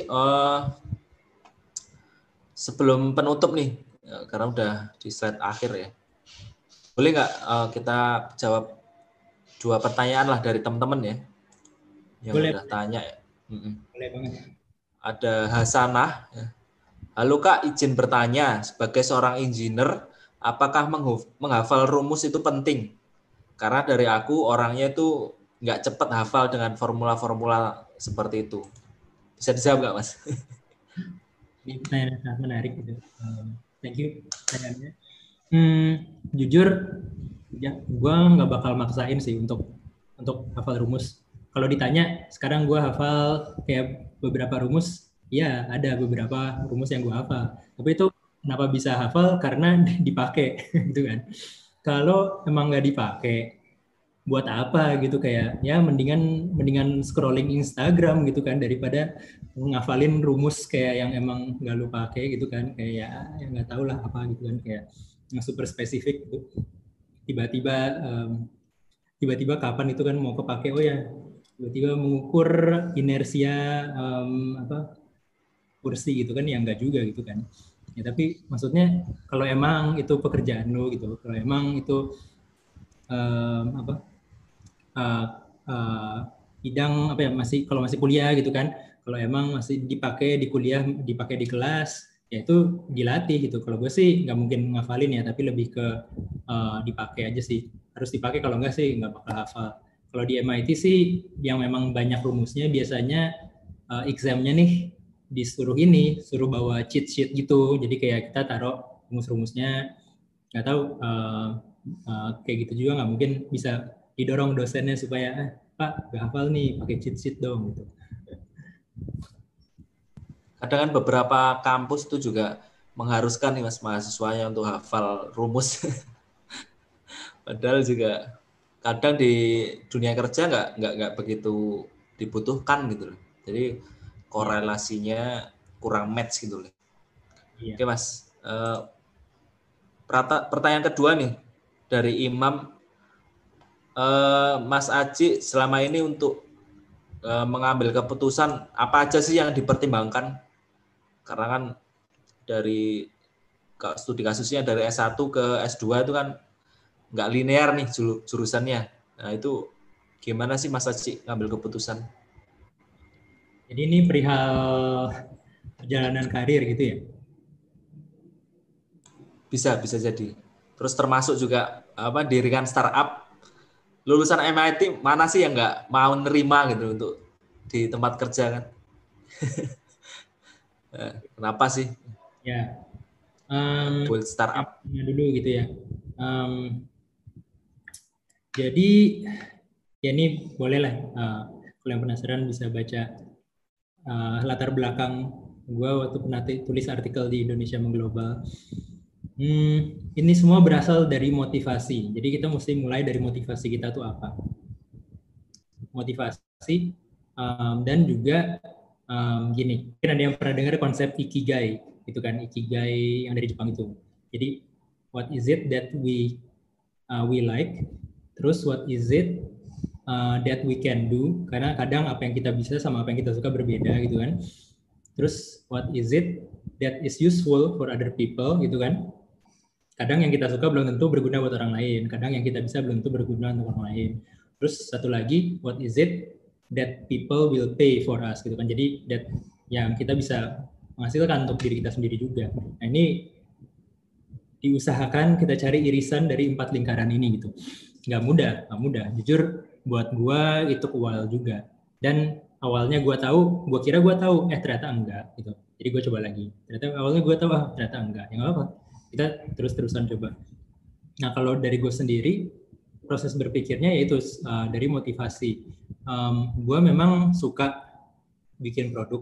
sebelum penutup nih, karena udah di slide akhir ya, boleh nggak kita jawab 2 pertanyaan lah dari teman-teman ya, yang boleh. Udah tanya ya. Boleh banget. Ada Hasanah. Halo Kak, izin bertanya, sebagai seorang engineer, apakah menghafal rumus itu penting? Karena dari aku orangnya itu nggak cepat hafal dengan formula-formula seperti itu. Bisa dijawab nggak Mas? Ini pertanyaan sangat menarik gitu. Thank you pertanyaannya. Jujur, ya, gue nggak bakal maksain sih untuk hafal rumus. Kalau ditanya, sekarang gue hafal kayak beberapa rumus, ya ada beberapa rumus yang gue hafal. Tapi itu kenapa bisa hafal? Karena dipakai, gitu kan. Kalau emang nggak dipakai, buat apa gitu, kayak ya mendingan scrolling Instagram gitu kan daripada ngafalin rumus kayak yang emang nggak lu pakai gitu kan, kayak ya nggak tahu lah apa gitu kan, kayak yang super spesifik gitu. Tiba-tiba tiba-tiba kapan itu kan mau kepake, oh ya tiba-tiba mengukur inersia apa kursi gitu kan, ya enggak juga gitu kan. Ya tapi maksudnya kalau emang itu pekerjaan lo gitu, kalau emang itu apa uh, uh, bidang apa ya, masih kalau masih kuliah gitu kan, kalau emang masih dipakai di kuliah, dipakai di kelas, ya itu dilatih gitu. Kalau gue sih nggak mungkin ngafalin ya, tapi lebih ke dipakai aja sih, harus dipakai, kalau enggak sih nggak bakal hafal. Kalau di MIT sih yang memang banyak rumusnya, biasanya examnya nih suruh bawa cheat sheet gitu, jadi kayak kita taruh rumus-rumusnya, nggak tahu kayak gitu juga nggak mungkin bisa didorong dosennya supaya Pak nggak hafal nih pakai cheat sheet dong gitu. Kadang kan beberapa kampus itu juga mengharuskan nih mas mahasiswanya untuk hafal rumus. Padahal juga kadang di dunia kerja nggak begitu dibutuhkan gitu loh. Jadi korelasinya kurang match gitu loh. Iya. Oke mas, pertanyaan kedua nih dari Imam, Mas Aji selama ini untuk mengambil keputusan apa aja sih yang dipertimbangkan? Karena kan dari studi kasusnya dari S1 ke S2 itu kan nggak linear nih jurusannya. Nah itu gimana sih Mas Aji ngambil keputusan? Jadi ini perihal perjalanan karir gitu ya? Bisa jadi. Terus termasuk juga apa dirikan startup. Lulusan MIT mana sih yang nggak mau nerima gitu untuk di tempat kerja kan? Kenapa sih? Ya. Build startup. Dulu gitu ya. Jadi ya ini boleh lah, kalau yang penasaran bisa baca latar belakang gue waktu pernah tulis artikel di Indonesia Mengglobal. Ini semua berasal dari motivasi. Jadi kita mesti mulai dari motivasi kita tuh apa. Motivasi dan juga gini, mungkin ada yang pernah dengar konsep ikigai, itu kan, ikigai yang dari Jepang itu. Jadi what is it that we like, terus what is it that we can do, karena kadang apa yang kita bisa sama apa yang kita suka berbeda gitu kan. Terus what is it that is useful for other people gitu kan. Kadang yang kita suka belum tentu berguna buat orang lain, kadang yang kita bisa belum tentu berguna untuk orang lain. Terus satu lagi, what is it that people will pay for us gitu kan. Jadi that yang kita bisa menghasilkan untuk diri kita sendiri juga. Nah ini diusahakan kita cari irisan dari 4 lingkaran ini gitu. Nggak mudah. Jujur buat gua itu kewal juga. Dan awalnya gua kira gua tahu, ternyata enggak gitu. Jadi gua coba lagi. Ternyata awalnya gua tahu, ternyata enggak. Ya nggak apa-apa. Kita terus-terusan coba. Nah kalau dari gue sendiri, proses berpikirnya yaitu dari motivasi. Gue memang suka bikin produk,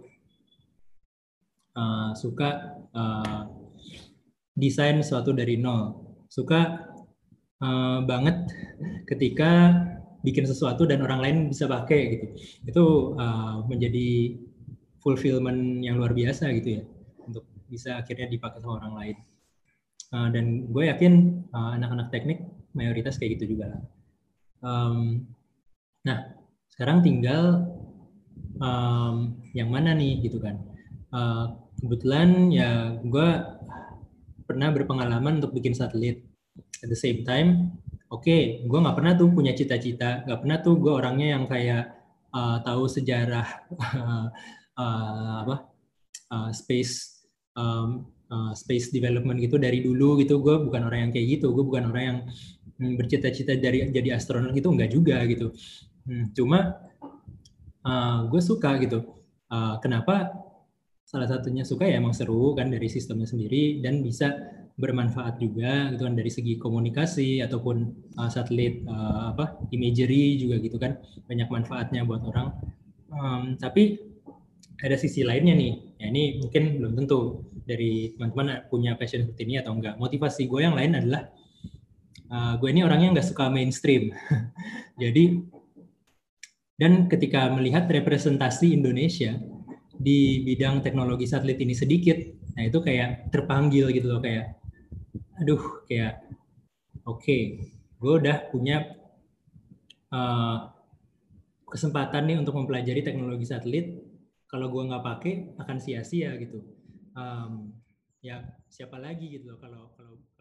suka desain sesuatu dari nol, suka banget ketika bikin sesuatu dan orang lain bisa pakai gitu. Itu menjadi fulfillment yang luar biasa gitu ya, untuk bisa akhirnya dipakai sama orang lain. Dan gue yakin anak-anak teknik mayoritas kayak gitu juga lah. Nah, sekarang tinggal yang mana nih gitu kan. Kebetulan ya gue pernah berpengalaman untuk bikin satelit. At the same time, gue nggak pernah tuh punya cita-cita, nggak pernah tuh gue orangnya yang kayak tahu sejarah space development gitu dari dulu gitu. Gue bukan orang yang kayak gitu, gue bukan orang yang bercita-cita jadi astronot gitu, enggak juga gitu. Cuma gue suka gitu. Kenapa? Salah satunya suka ya emang seru kan dari sistemnya sendiri, dan bisa bermanfaat juga gitu kan dari segi komunikasi ataupun satelit imagery juga gitu kan, banyak manfaatnya buat orang. Tapi ada sisi lainnya nih, ya ini mungkin belum tentu dari teman-teman punya passion seperti ini atau enggak. Motivasi gue yang lain adalah gue ini orangnya nggak suka mainstream. Jadi, dan ketika melihat representasi Indonesia di bidang teknologi satelit ini sedikit, nah itu kayak terpanggil gitu loh, kayak aduh, kayak oke, gue udah punya kesempatan nih untuk mempelajari teknologi satelit. Kalau gue nggak pakai akan sia-sia gitu. Ya siapa lagi gitu loh kalau